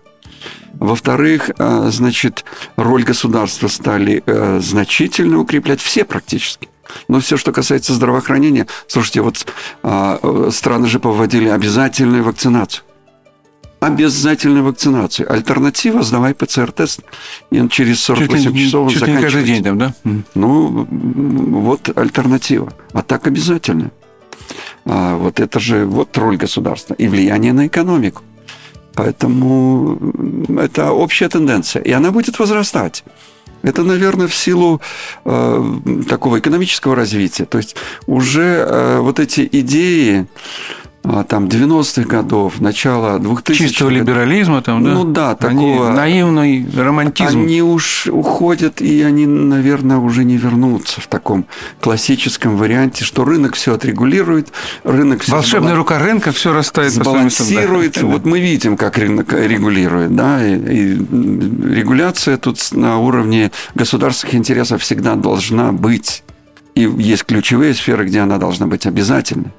Во-вторых, значит, роль государства стали значительно укреплять все практически. Но все, что касается здравоохранения, слушайте, вот страны же повводили обязательную вакцинацию. Обязательную вакцинацию. Альтернатива – сдавай ПЦР-тест, и он через 48 часов заканчивается. Не каждый день там, да? Ну, вот альтернатива. А так обязательно. Вот это же вот роль государства и влияние на экономику. Поэтому это общая тенденция. И она будет возрастать. Это, наверное, в силу такого экономического развития. То есть уже вот эти идеи там 90-х годов, начала 2000-х... Чистого либерализма там, да? Ну да, такого... Наивный романтизм. Они уж уходят, и они, наверное, уже не вернутся в таком классическом варианте, что рынок все отрегулирует, рынок все... Волшебная рука рынка все расставит по своим местам. Сбалансирует. Да. Вот мы видим, как рынок регулирует, да, и регуляция тут на уровне государственных интересов всегда должна быть. И есть ключевые сферы, где она должна быть обязательной.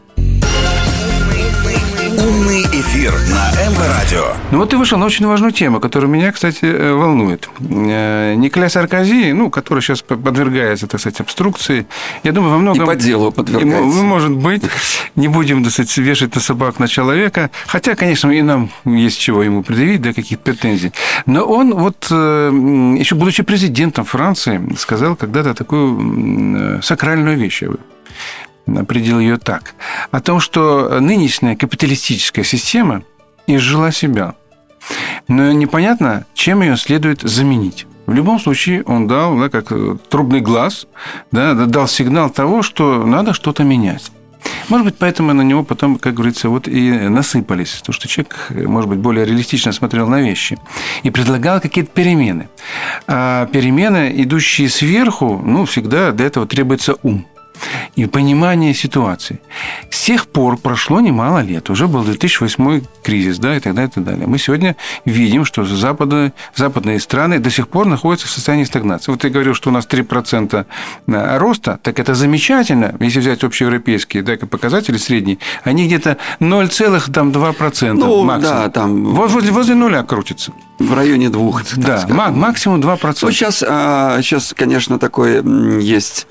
Умный эфир на МВ-радио. Ну вот ты вышел на очень важную тему, которая меня, кстати, волнует. Николя Саркози, который сейчас подвергается, так сказать, обструкции, я думаю, во многом... И по делу подвергается. Может быть, не будем, так сказать, вешать на собак, на человека, хотя, конечно, и нам есть чего ему предъявить, да, каких претензий. Но он вот, еще будучи президентом Франции, сказал когда-то такую сакральную вещь, определил ее так, о том, что нынешняя капиталистическая система изжила себя, но непонятно, чем ее следует заменить. В любом случае, он дал, да, как трубный глаз, да, дал сигнал того, что надо что-то менять. Может быть, поэтому на него потом, как говорится, вот и насыпались. Потому что человек, может быть, более реалистично смотрел на вещи и предлагал какие-то перемены. А перемены, идущие сверху, всегда для этого требуется ум и понимание ситуации. С тех пор прошло немало лет. Уже был 2008 кризис, да, и так далее, и так далее. Мы сегодня видим, что западные страны до сих пор находятся в состоянии стагнации. Вот я говорил, что у нас 3% роста, так это замечательно, если взять общеевропейские, да, показатели средние, они где-то 0,2% максимум. Да, там... Возле нуля крутятся. В районе 2. Да, максимум 2%. Ну, сейчас, конечно, такое есть...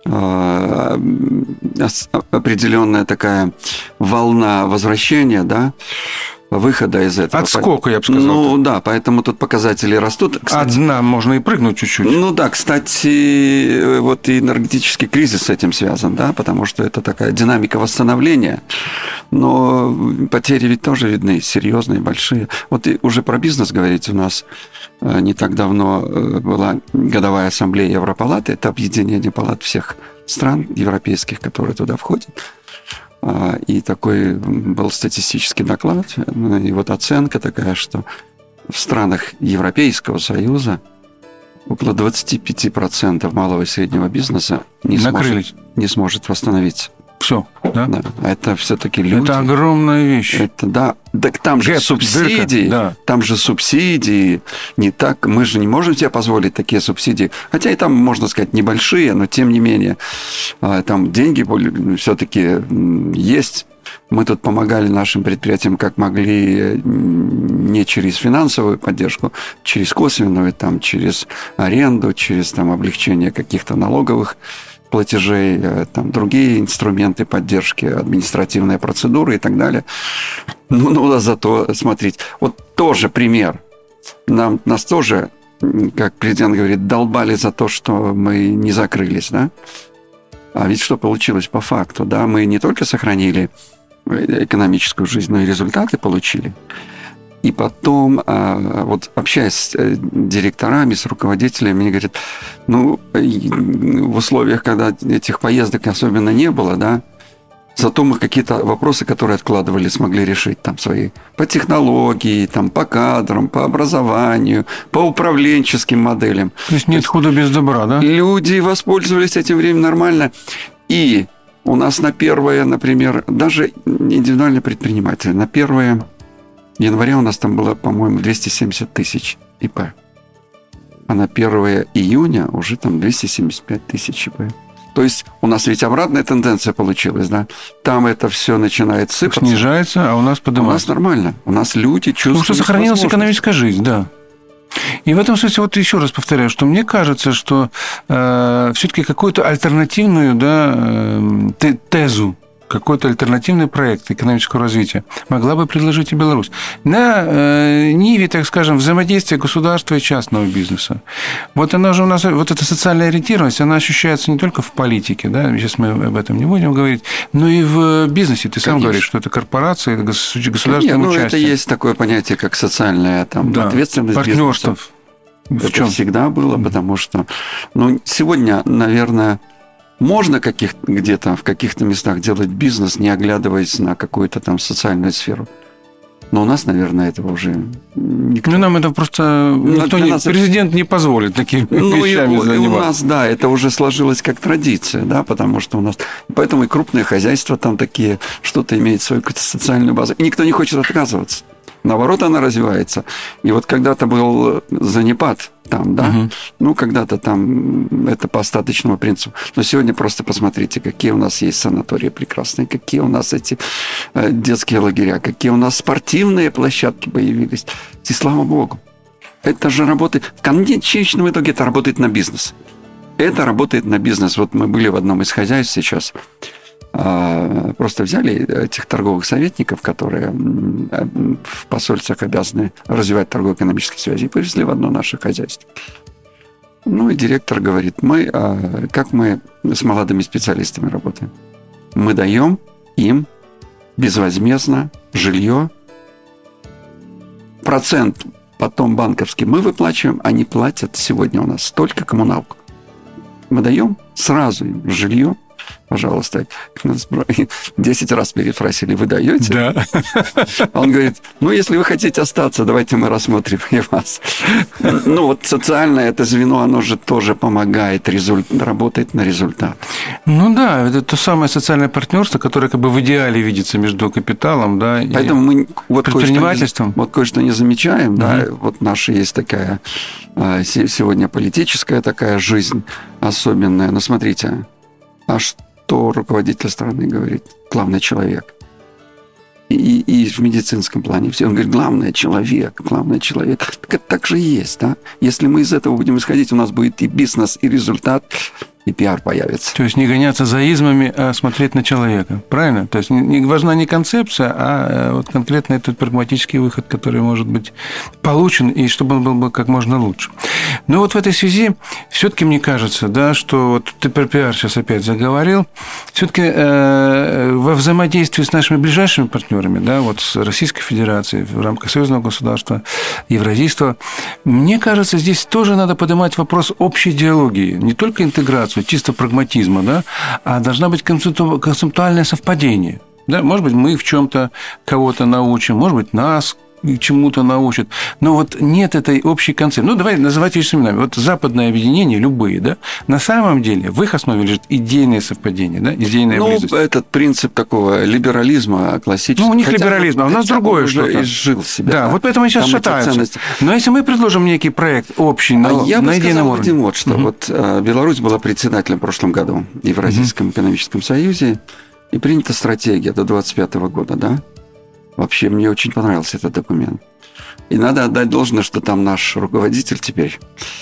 определенная такая волна возвращения, да, выхода из этого. Отскока, я бы сказал. Ну, да, поэтому тут показатели растут. Кстати, от дна можно и прыгнуть чуть-чуть. Ну, да, кстати, вот и энергетический кризис с этим связан, да, потому что это такая динамика восстановления, но потери ведь тоже видны, серьезные, большие. Вот и уже про бизнес говорить у нас не так давно была годовая ассамблея Европалаты, это объединение палат всех стран европейских, которые туда входят. И такой был статистический доклад, и вот оценка такая, что в странах Европейского Союза около 25% малого и среднего бизнеса не сможет восстановиться. Все, да? Да. Это все-таки люди. Это огромная вещь. Это, да. Так там же субсидии. Да. Там же субсидии. Не так. Мы же не можем себе позволить такие субсидии. Хотя и там, можно сказать, небольшие, но тем не менее, там деньги все-таки есть. Мы тут помогали нашим предприятиям как могли, не через финансовую поддержку, через косвенную, там, через аренду, через там, облегчение каких-то налоговых платежей, там, другие инструменты поддержки, административные процедуры и так далее. Ну, зато смотрите, вот тоже пример. Нас тоже, как президент говорит, долбали за то, что мы не закрылись, да? А ведь что получилось по факту, да? Мы не только сохранили экономическую жизнь, но и результаты получили. И потом, вот общаясь с директорами, с руководителями, они говорят, в условиях, когда этих поездок особенно не было, да, зато мы какие-то вопросы, которые откладывали, смогли решить там свои по технологии, там, по кадрам, по образованию, по управленческим моделям. То есть нет худа без добра, да? Люди воспользовались этим временем нормально. И у нас на 1, например, даже индивидуальные предприниматели, на 1 января у нас там было, по-моему, 270 тысяч ИП. А на 1 июня уже там 275 тысяч ИП. То есть у нас ведь обратная тенденция получилась, да? Там это все начинает сыпаться. Снижается, а у нас поднимается. У нас нормально. У нас люди чувствуют. Потому что сохранилась экономическая жизнь, да. И в этом смысле, вот еще раз повторяю, что мне кажется, что все-таки какую-то альтернативную, да, тезу, какой-то альтернативный проект экономического развития могла бы предложить и Беларусь. На ниве, так скажем, взаимодействия государства и частного бизнеса. Вот она же у нас, вот эта социальная ориентированность, она ощущается не только в политике, да, сейчас мы об этом не будем говорить, но и в бизнесе. Ты сам говоришь, что это корпорации, государственное участие. Это есть такое понятие, как социальная ответственность партнерство. В чем всегда было, потому что сегодня, наверное, можно где-то в каких-то местах делать бизнес, не оглядываясь на какую-то там социальную сферу. Но у нас, наверное, этого уже никто... нам это просто... Президент не позволит такими вещами заниматься. У нас, да, это уже сложилось как традиция, да, потому что у нас... Поэтому и крупные хозяйства там такие, что-то имеет свою какую-то социальную базу. И никто не хочет отказываться. Наоборот, она развивается. И вот когда-то был занепад там, да, когда-то там это по остаточному принципу. Но сегодня просто посмотрите, какие у нас есть санатории прекрасные, какие у нас эти детские лагеря, какие у нас спортивные площадки появились. И слава богу. Это же работает... В конечном итоге это работает на бизнес. Это работает на бизнес. Вот мы были в одном из хозяйств сейчас... Просто взяли этих торговых советников, которые в посольствах обязаны развивать торгово-экономические связи, и повезли в одно наше хозяйство. И директор говорит, как мы с молодыми специалистами работаем? Мы даем им безвозмездно жилье, процент потом банковский мы выплачиваем, они платят сегодня у нас только коммуналку. Мы даем сразу им жилье. Пожалуйста, 10 раз переспросили, вы даете? Да. Он говорит, если вы хотите остаться, давайте мы рассмотрим и вас. Социальное это звено, оно же тоже помогает, работает на результат. Да, это то самое социальное партнерство, которое как бы в идеале видится между капиталом, да, и поэтому мы предпринимательством. Кое-что не замечаем, да, вот наша есть такая сегодня политическая такая жизнь особенная. Но смотрите, а что руководитель страны говорит? Главный человек. И в медицинском плане все. Он говорит, главный человек. Так это так же и есть, да? Если мы из этого будем исходить, у нас будет и бизнес, и результат, и пиар появится. То есть не гоняться за измами, а смотреть на человека. Правильно? То есть не важна не концепция, а вот конкретно этот прагматический выход, который может быть получен, и чтобы он был бы как можно лучше. Но вот в этой связи все-таки мне кажется, да, что вот ты про пиар сейчас опять заговорил, все-таки во взаимодействии с нашими ближайшими партнерами, да, вот с Российской Федерацией в рамках союзного государства, евразийства, мне кажется, здесь тоже надо поднимать вопрос общей идеологии, не только интеграцию, чисто прагматизма, да, а должна быть концептуальное совпадение. Да? Может быть, мы в чем-то кого-то научим, может быть, нас чему-то научат. Но вот нет этой общей концепции. Давай называть вещи именами. Вот западные объединения, любые, да, на самом деле в их основе лежит идейное совпадение, да, идейная близость. Этот принцип такого либерализма классического. У них либерализм, а у нас другое что-то. Изжил себя. Да, вот поэтому они сейчас шатаются. Но если мы предложим некий проект общий на идейном уровне. Вот что вот Беларусь была председателем в прошлом году в Евразийском экономическом союзе, и принята стратегия до 2025 года, да? Вообще, мне очень понравился этот документ. И надо отдать должное, что там наш руководитель теперь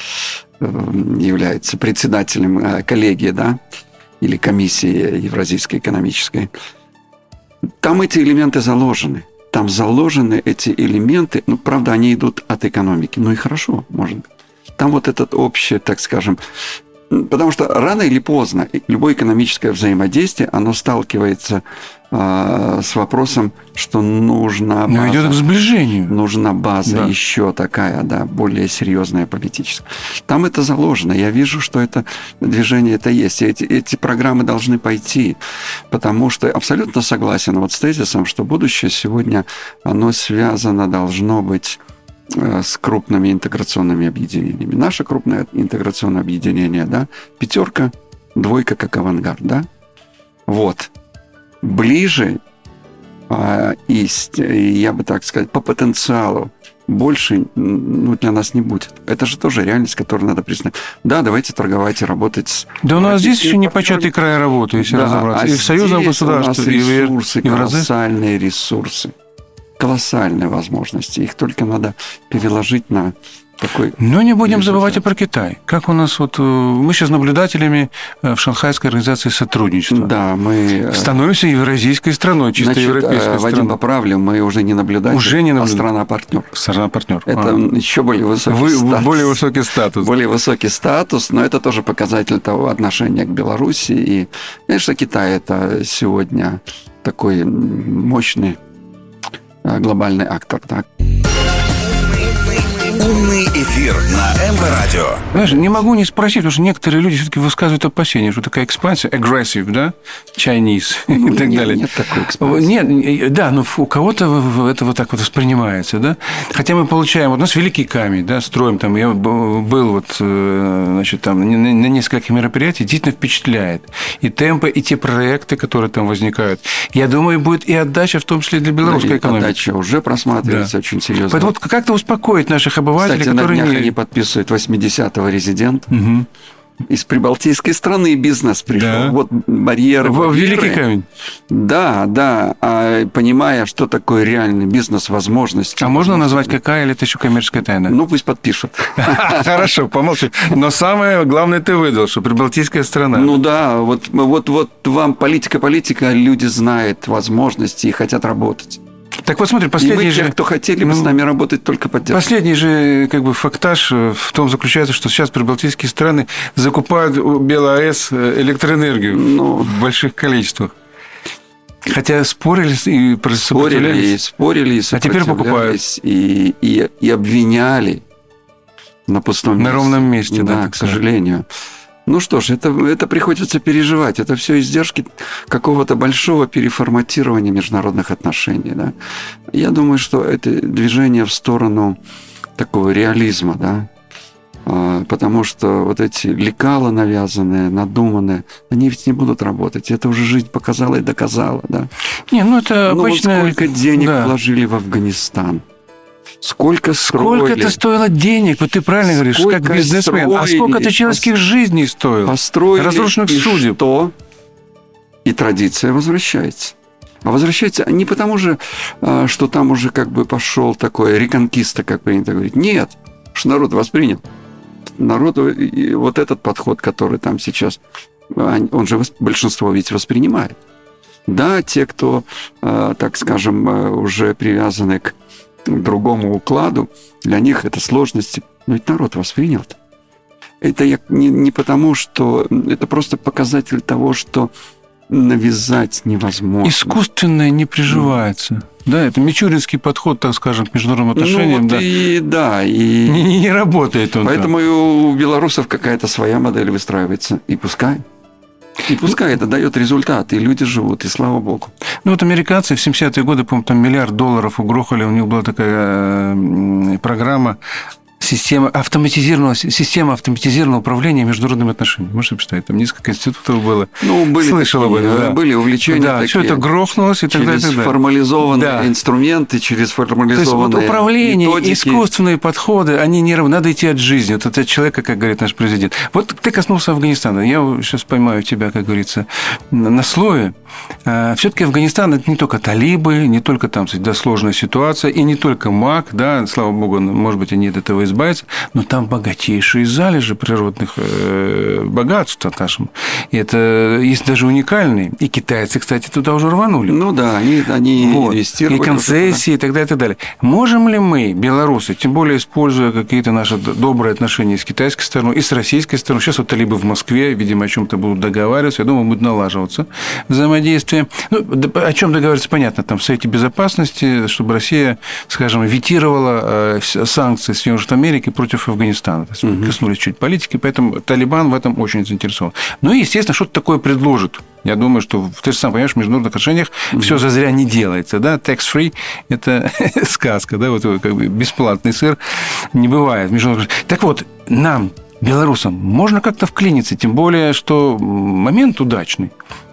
является председателем коллегии, да, или комиссии Евразийской экономической. Там эти элементы заложены. Там заложены эти элементы. Правда, они идут от экономики. И хорошо, может быть. Там вот этот общий, так скажем... Потому что рано или поздно любое экономическое взаимодействие, оно сталкивается с вопросом, что нужна база. Идет к сближению. Нужна база еще такая, да, более серьезная политическая. Там это заложено. Я вижу, что это движение это есть. И эти программы должны пойти. Потому что абсолютно согласен вот с тезисом, что будущее сегодня, оно связано должно быть с крупными интеграционными объединениями. Наше крупное интеграционное объединение, да, 5, 2 как авангард, да. Вот. Ближе, и я бы так сказать, по потенциалу больше для нас не будет. Это же тоже реальность, которую надо признать. Да, давайте торговать и работать с... Да у нас здесь еще непочатый край работы, если разобраться. И в союзном государстве, и в ресурсы, колоссальные ресурсы. Колоссальные возможности. Их только надо переложить на такой... Но не будем забывать и про Китай. Как у нас вот... Мы сейчас наблюдателями в Шанхайской организации сотрудничества. Да, мы... Становимся евразийской страной, чисто европейской страной. Вадим, поправлю, мы уже не наблюдатель, а страна-партнер. Страна-партнер. Это еще более высокий статус. Более высокий статус. Более высокий статус, но это тоже показатель того отношения к Беларуси. И, конечно, Китай – это сегодня такой мощный глобальный актор. Так? Умный эфир на МВ-радио. Знаешь, не могу не спросить, потому что некоторые люди все-таки высказывают опасения, что такая экспансия, aggressive, да, Chinese и так далее. Нет такой экспансии. Нет, да, но у кого-то это вот так вот воспринимается, да. Хотя мы получаем, вот у нас Великий Камень, да, строим там, я был вот, значит, там на нескольких мероприятиях, действительно впечатляет. И темпы, и те проекты, которые там возникают. Я думаю, будет и отдача, в том числе для белорусской экономики. Отдача уже просматривается очень серьезно. Поэтому вот как-то успокоить наших обывателей, кстати, которые на днях они подписывают 80-го резидента. Угу. Из прибалтийской страны бизнес пришел. Да. Вот барьеры. Великий Камень. Да, да. А понимая, что такое реальный бизнес-возможности. А можно назвать какая, или это еще коммерческая тайна? Ну, пусть подпишут. Хорошо, помолчи. Но самое главное ты выдал, что прибалтийская страна. Ну да, вот вам политика, а люди знают возможности и хотят работать. Так вот, смотри, последний же... кто хотели бы с нами работать, только поддерживать. Последний же как бы фактаж в том заключается, что сейчас прибалтийские страны закупают у БелАЭС электроэнергию в больших количествах. Хотя спорили и сопротивлялись. Спорили, а теперь покупают. И обвиняли на пустом месте. На ровном месте, да, к сожалению. Ну что ж, это приходится переживать. Это все издержки какого-то большого переформатирования международных отношений. Да? Я думаю, что это движение в сторону такого реализма, да? Потому что вот эти лекала навязанные, надуманные, они ведь не будут работать. Это уже жизнь показала и доказала. Да? Не, ну это обычно... Вот сколько денег вложили в Афганистан. Сколько это стоило денег? Вот ты правильно говоришь, как бизнесмен. А сколько это человеческих жизней стоило? Построили, разрушенных судеб. И традиция возвращается. А возвращается не потому же, что там уже как бы пошел такой реконкиста, как принято говорить. Нет, что народ воспринял. Народу вот этот подход, который там сейчас, он же большинство ведь воспринимает. Да, те, кто, так скажем, уже привязаны к другому укладу, для них это сложности. Но ведь народ воспринял-то. Это не потому, что... Это просто показатель того, что навязать невозможно. Искусственное не приживается. Да, это мичуринский подход, так скажем, к международным отношениям. Не работает он. Поэтому и у белорусов какая-то своя модель выстраивается. И пускай. И пускай это дает результат, и люди живут, и слава богу. Ну вот американцы в 70-е годы, по-моему, там $1 миллиард угрохали, у них была такая программа система автоматизированного управления международными отношениями. Можете представить, там несколько институтов было. Слышал об этом, да. Были увлечения такие. Все это грохнулось и так далее. Через формализованные инструменты, через формализованные То есть, управление, методики. Искусственные подходы, они не равны. Надо идти от жизни. Вот от человека, как говорит наш президент. Вот ты коснулся Афганистана. Я сейчас поймаю тебя, как говорится, на слове. Все-таки Афганистан – это не только талибы, не только там, кстати, сложная ситуация, и не только МАК, да, слава богу, может быть, они от этого избавятся, но там богатейшие залежи природных богатств нашим. И это есть даже уникальные. И китайцы, кстати, туда уже рванули. Ну да, они инвестировали. И концессии, и так далее, и так далее. Можем ли мы, белорусы, тем более используя какие-то наши добрые отношения с китайской стороной и с российской стороной, сейчас вот талибы в Москве, видимо, о чем-то будут договариваться, я думаю, будет налаживаться взаимодействие. Ну, о чем договариваться, понятно, там в Совете Безопасности, чтобы Россия, скажем, ветировала санкции Соединенных Штатов Америки против Афганистана. То есть, коснулись чуть политики, поэтому Талибан в этом очень заинтересован. Ну и, естественно, что-то такое предложит. Я думаю, что ты же сам понимаешь, в международных отношениях все зазря не делается. Да? Tax-free – это сказка, да? Вот как бы бесплатный сыр не бывает в международных отношениях. Так вот, нам, белорусам, можно как-то вклиниться, тем более, что момент удачный.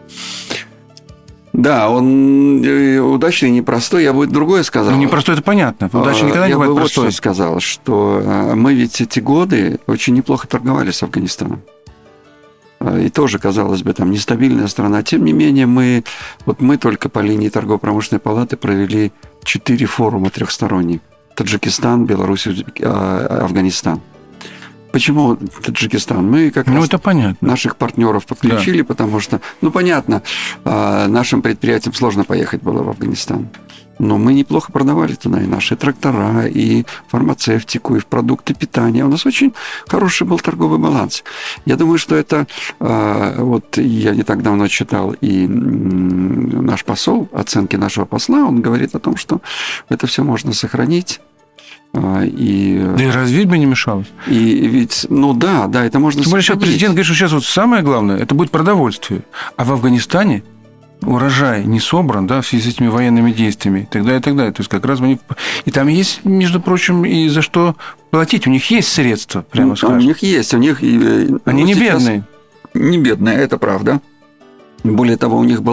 Да, он удачный, непростой. Я бы другое сказал. Ну, непростой, это понятно. Удача никогда не бывает простой. Я бы вот что сказал, что мы ведь эти годы очень неплохо торговали с Афганистаном. И тоже, казалось бы, там нестабильная страна. Тем не менее, мы только по линии торгово-промышленной палаты провели 4 форума трехсторонних. Таджикистан, Беларусь, Афганистан. Почему Таджикистан? Мы как раз это понятно. Наших партнеров подключили, потому что, понятно, нашим предприятиям сложно поехать было в Афганистан. Но мы неплохо продавали туда и наши трактора, и фармацевтику, и продукты питания. У нас очень хороший был торговый баланс. Я думаю, что это... я не так давно читал и наш посол, оценки нашего посла, он говорит о том, что это все можно сохранить. Да и развить бы не мешалось. И ведь, да, это можно сохранить. Тем более, президент говорит, что сейчас самое главное, это будет продовольствие. А в Афганистане урожай не собран, в связи с этими военными действиями, и так далее, и так далее. То есть, как раз и там есть, между прочим, и за что платить. У них есть средства, прямо скажем. У них есть, Они не бедные. Не бедные, это правда. Более того, у них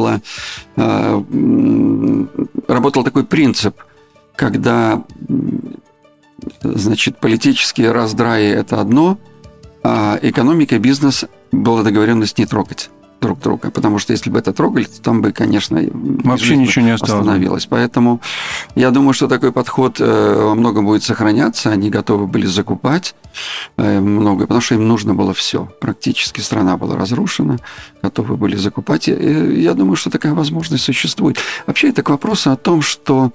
работал такой принцип, когда... политические раздраи – это одно, а экономика и бизнес была договоренность не трогать друг друга. Потому что если бы это трогали, то там бы, конечно, вообще ничего не остановилось. Поэтому я думаю, что такой подход во многом будет сохраняться. Они готовы были закупать многое, потому что им нужно было все. Практически страна была разрушена, готовы были закупать. И я думаю, что такая возможность существует. Вообще, это к вопросу о том, что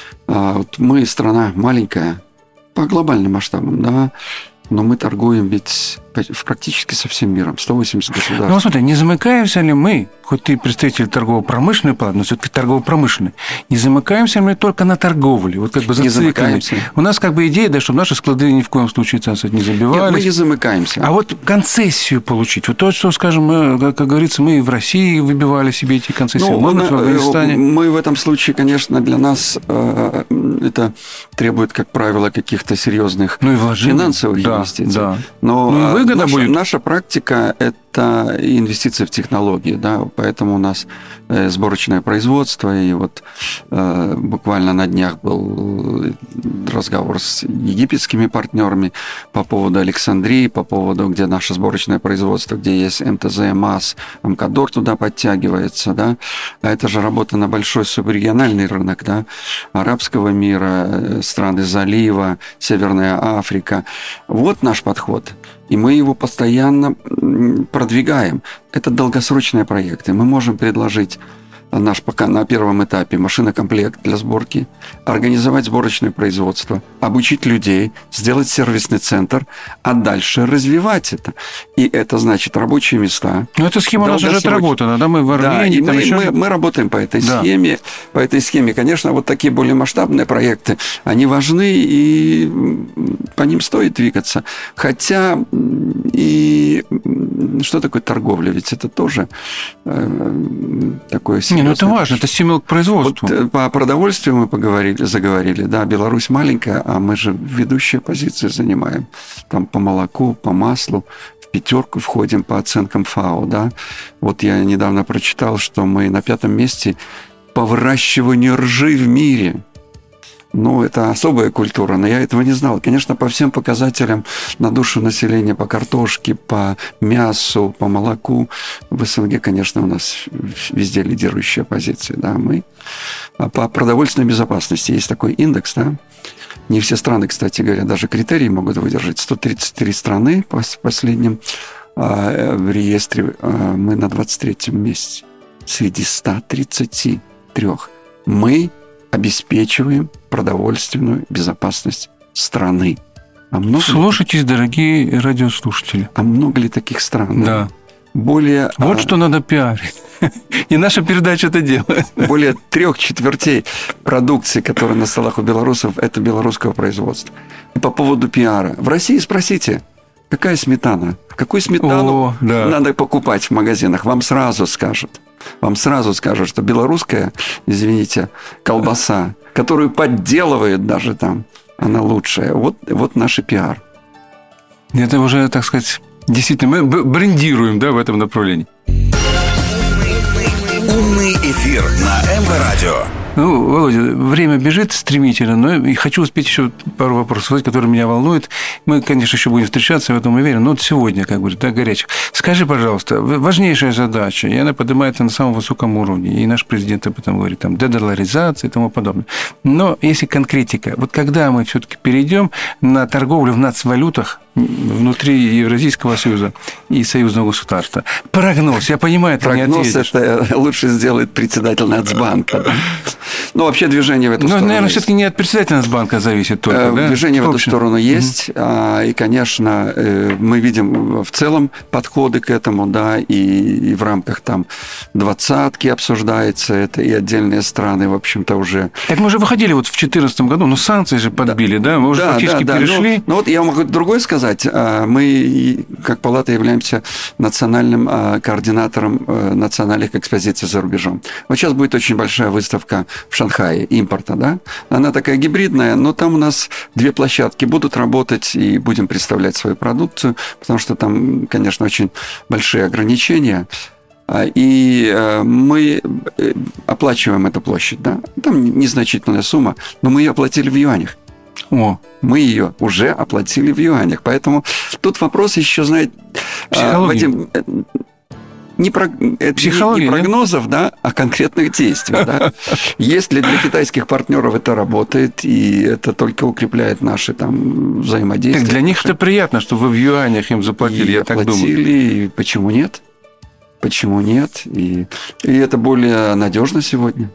мы страна маленькая, по глобальным масштабам, да, но мы торгуем ведь практически со всем миром, 180 государств. Смотри, не замыкаемся ли мы, хоть ты представитель торгово-промышленной палаты, но все-таки торгово-промышленной, не замыкаемся ли мы только на торговле? Зациклены. У нас идея, чтобы наши склады ни в коем случае, не забивались. Нет, мы не замыкаемся. А концессию получить, то, что, скажем, как говорится, мы и в России выбивали себе эти концессии, в Афганистане. Мы в этом случае, конечно, для нас это требует, как правило, каких-то серьезных финансовых инвестиций. Да. Но наша практика – это инвестиции в технологии, да, поэтому у нас сборочное производство, и буквально на днях был разговор с египетскими партнерами по поводу Александрии, по поводу, где наше сборочное производство, где есть МТЗ, МАЗ, Амкадор туда подтягивается, да, а это же работа на большой субрегиональный рынок, да, арабского мира, страны залива, Северная Африка. Вот наш подход. И мы его постоянно продвигаем. Это долгосрочные проекты. Мы можем предложить пока на первом этапе машинокомплект для сборки, организовать сборочное производство, обучить людей, сделать сервисный центр, а дальше развивать это. И это значит рабочие места. Но эта схема у нас уже отработана, да? Мы в Армении... Да, и мы работаем по этой схеме. По этой схеме, конечно, такие более масштабные проекты, они важны, и по ним стоит двигаться. Хотя и что такое торговля? Ведь это тоже такое... это важно, это стимул к производству. По продовольствию мы заговорили, да, Беларусь маленькая, а мы же ведущие позиции занимаем. Там по молоку, по маслу, в 5 входим по оценкам ФАО, да. Я недавно прочитал, что мы на 5 месте по выращиванию ржи в мире. Это особая культура, но я этого не знал. Конечно, по всем показателям на душу населения, по картошке, по мясу, по молоку, в СНГ, конечно, у нас везде лидирующая позиция. Да? По продовольственной безопасности есть такой индекс, да? Не все страны, кстати говоря, даже критерии могут выдержать. 133 страны по последним в реестре. Мы на 23-м месте. Среди 133 мы обеспечиваем продовольственную безопасность страны. Слушайтесь, дорогие радиослушатели. А много ли таких стран? Да. Что надо пиарить. И наша передача это делает. Более 3/4 продукции, которая на столах у белорусов, это белорусского производства. И по поводу пиара. В России спросите, какая сметана? Какую сметану надо покупать в магазинах? Вам сразу скажут, что белорусская, извините, колбаса, которую подделывают даже там, она лучшая. Вот наш пиар. Это уже, так сказать, действительно, мы брендируем, да, в этом направлении. Умный эфир на МВ Радио. Ну, Володя, время бежит стремительно, но и хочу успеть еще пару вопросов, которые меня волнуют. Мы, конечно, еще будем встречаться, в этом уверен, но вот сегодня, как бы, так горячих. Скажи, пожалуйста, важнейшая задача, и она поднимается на самом высоком уровне, и наш президент об этом говорит, там, дедоларизация и тому подобное. Но если конкретика, вот когда мы все-таки перейдем на торговлю в нацвалютах внутри Евразийского союза и союзного государства. Прогноз, я понимаю, это прогноз не ответишь. Это лучше сделает председатель Нацбанка. Да? Ну, вообще движение в эту сторону. Но, наверное, все-таки не от председателя Нацбанка зависит только. Да? Движение в эту сторону есть. И, конечно, мы видим в целом подходы к этому, да, и в рамках там двадцатки обсуждается это, и отдельные страны, в общем-то, уже. Так мы уже выходили вот в 2014 году, но санкции же подбили, да? Мы уже фактически перешли. Ну, вот я могу другое сказать. Мы, как палата, являемся национальным координатором национальных экспозиций за рубежом. Вот сейчас будет очень большая выставка в Шанхае импорта, да? Она такая гибридная, но там у нас 2 площадки будут работать, и будем представлять свою продукцию, потому что там, конечно, очень большие ограничения. И мы оплачиваем эту площадь, да? Там незначительная сумма, но мы ее оплатили в юанях. Мы ее уже оплатили в юанях. Поэтому тут вопрос еще, знаете, Вадим, не прогнозов, да, а конкретных действий. Да. Если для китайских партнеров это работает, и это только укрепляет наши там взаимодействия. Так для них это приятно, что вы в юанях им заплатили, я так думаю. И почему нет? Почему нет? И это более надежно сегодня.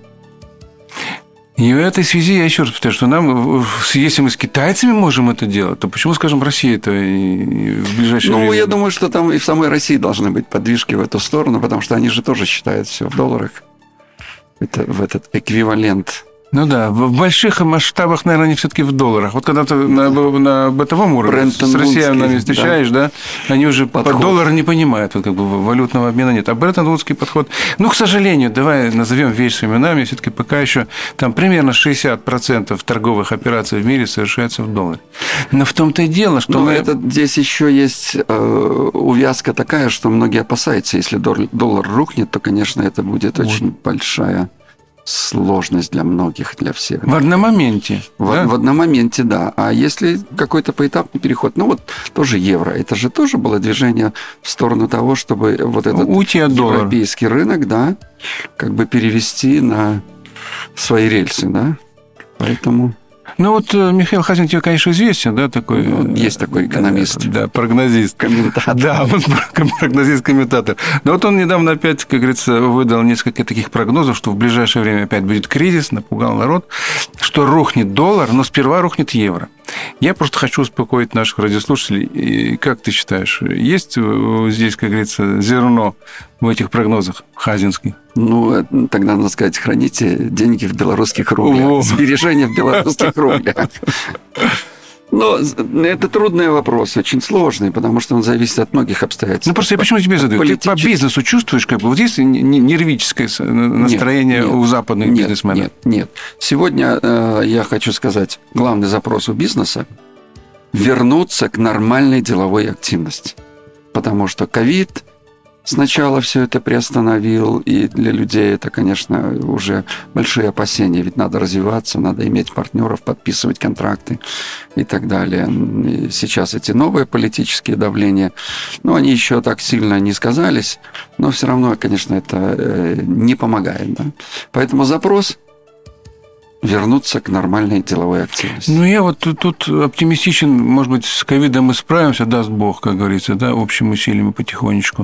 И в этой связи я еще раз повторяю, что нам, если мы с китайцами можем это делать, то почему, скажем, Россия-то в ближайшее время? Ну, я думаю, что там и в самой России должны быть подвижки в эту сторону, потому что они же тоже считают все в долларах. Это в этот эквивалент. Ну да, в больших масштабах, наверное, они все-таки в долларах. Вот когда ты на бытовом уровне с россиянами встречаешь, да, они уже подход. По доллару не понимают, вот как бы валютного обмена нет. А Бреттон-Вудский подход, ну, к сожалению, давай назовем вещи своими именами, все-таки пока еще там примерно 60% торговых операций в мире совершается в долларе. Но в том-то и дело, что здесь еще есть увязка такая, что многие опасаются, если доллар рухнет, то, конечно, это будет очень большая сложность для многих, для всех. В одном моменте. В одном моменте, да. А если какой-то поэтапный переход, ну вот тоже евро, это же тоже было движение в сторону того, чтобы вот этот европейский рынок, да, как бы перевести на свои рельсы, да. Поэтому... Ну, вот Михаил Хазин тебе, конечно, известен, да, такой... Есть такой экономист. Да, прогнозист. Комментатор. Да, он прогнозист-комментатор. Но вот он недавно опять, как говорится, выдал несколько таких прогнозов, что в ближайшее время опять будет кризис, напугал народ, что рухнет доллар, но сперва рухнет евро. Я просто хочу успокоить наших радиослушателей. И как ты считаешь, есть здесь, как говорится, зерно в этих прогнозах хазинских? Ну, тогда надо сказать, храните деньги в белорусских рублях. Сбережения в белорусских рублях. Но это трудный вопрос, очень сложный, потому что он зависит от многих обстоятельств. Ну, просто я почему тебе задаю? Ты по бизнесу чувствуешь, как бы, вот есть нервическое настроение у западных бизнесменов? Нет. Сегодня я хочу сказать, главный запрос у бизнеса – вернуться к нормальной деловой активности. Потому что ковид сначала все это приостановил, и для людей это, конечно, уже большие опасения, ведь надо развиваться, надо иметь партнеров, подписывать контракты и так далее. И сейчас эти новые политические давления, ну, они еще так сильно не сказались, но все равно, конечно, это не помогает. Да? Поэтому запрос вернуться к нормальной деловой активности. Ну, я вот тут оптимистичен, может быть, с ковидом мы справимся, даст Бог, как говорится, да, общим усилием потихонечку.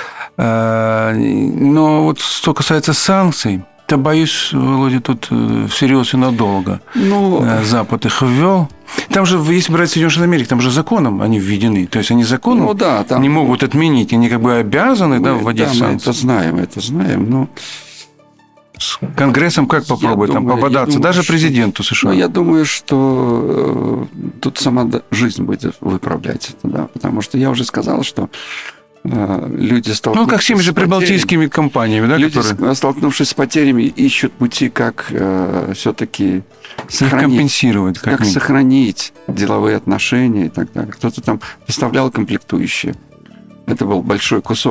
Но вот что касается санкций, то, боюсь, Володя, тут всерьез и надолго. Запад их ввел. Там же, если брать Соединенные Штаты Америки, там же законом они введены. То есть они законом не могут отменить, они как бы обязаны вводить санкции. Мы это знаем, но... С Конгрессом как попробовать там попадаться? Даже президенту США. Я думаю, что тут сама жизнь будет выправлять это, да, потому что я уже сказал, что люди, столкнувшись как с теми же прибалтийскими компаниями, да, люди, столкнувшись с потерями, ищут пути, как все-таки компенсировать, как сохранить деловые отношения и так далее. Кто-то там поставлял комплектующие. Это был большой кусок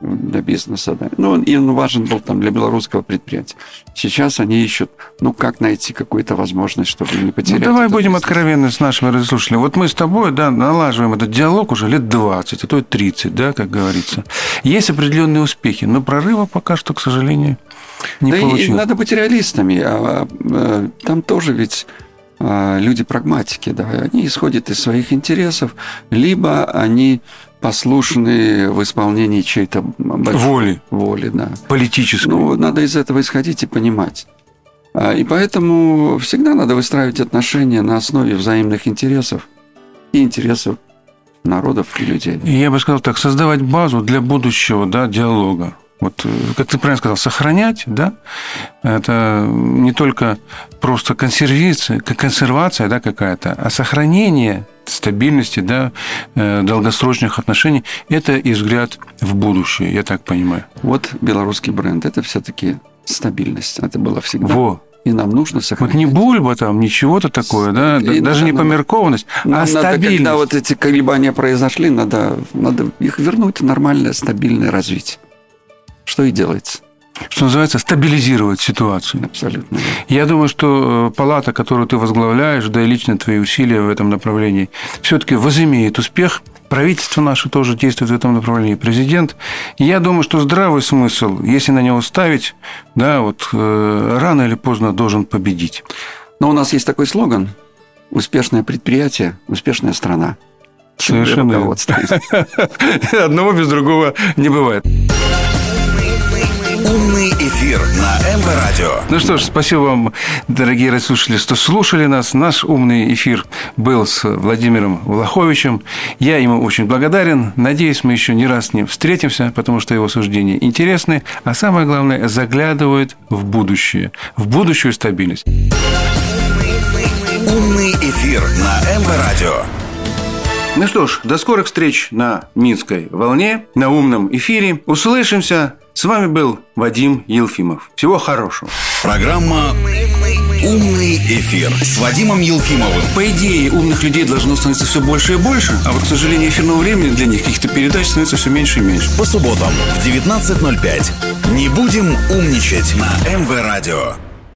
для бизнеса. Да. Ну, и он важен был там для белорусского предприятия. Сейчас они ищут, как найти какую-то возможность, чтобы не потерять. Ну, давай будем откровенны с нашими радиослушателями. Вот мы с тобой, да, налаживаем этот диалог уже лет 20, а то и 30, да, как говорится. Есть определенные успехи, но прорыва пока что, к сожалению, не получилось. И надо быть реалистами. Там тоже ведь люди прагматики, да, они исходят из своих интересов, либо они послушны в исполнении чьей-то большой воли, да. Политической. Ну, надо из этого исходить и понимать. И поэтому всегда надо выстраивать отношения на основе взаимных интересов и интересов народов и людей. И я бы сказал так, создавать базу для будущего, да, диалога. Вот, как ты правильно сказал, сохранять, да, это не только просто консервация, да, какая-то, а сохранение стабильности, да, долгосрочных отношений – это и взгляд в будущее, я так понимаю. Вот белорусский бренд – это все-таки стабильность. Это было всегда. И нам нужно сохранять. Вот не бульба там, ничего-то такое, да, и даже не померкованность, а стабильность. Когда вот эти колебания произошли, надо их вернуть в нормальное, стабильное развитие. Что и делается. Что называется, стабилизировать ситуацию. Абсолютно. Я думаю, что палата, которую ты возглавляешь, да и лично твои усилия в этом направлении, все-таки возымеет успех. Правительство наше тоже действует в этом направлении, президент. И я думаю, что здравый смысл, если на него ставить, да, вот рано или поздно должен победить. Но у нас есть такой слоган: успешное предприятие, успешная страна. Совершенно. Одного без другого не бывает. Умный эфир на МВ Радио. Ну что ж, спасибо вам, дорогие радиослушатели, что слушали нас. Наш умный эфир был с Владимиром Влаховичем. Я ему очень благодарен. Надеюсь, мы еще не раз с ним встретимся, потому что его суждения интересны, а самое главное, заглядывают в будущее, в будущую стабильность. Умный эфир на МВ Радио. Ну что ж, до скорых встреч на Минской волне, на умном эфире. Услышимся. С вами был Вадим Елфимов. Всего хорошего. Программа «Умный эфир» с Вадимом Елфимовым. По идее, умных людей должно становиться все больше и больше, а вот, к сожалению, эфирного времени для них, каких-то передач, становится все меньше и меньше. По субботам в 19:05. Не будем умничать на МВ Радио.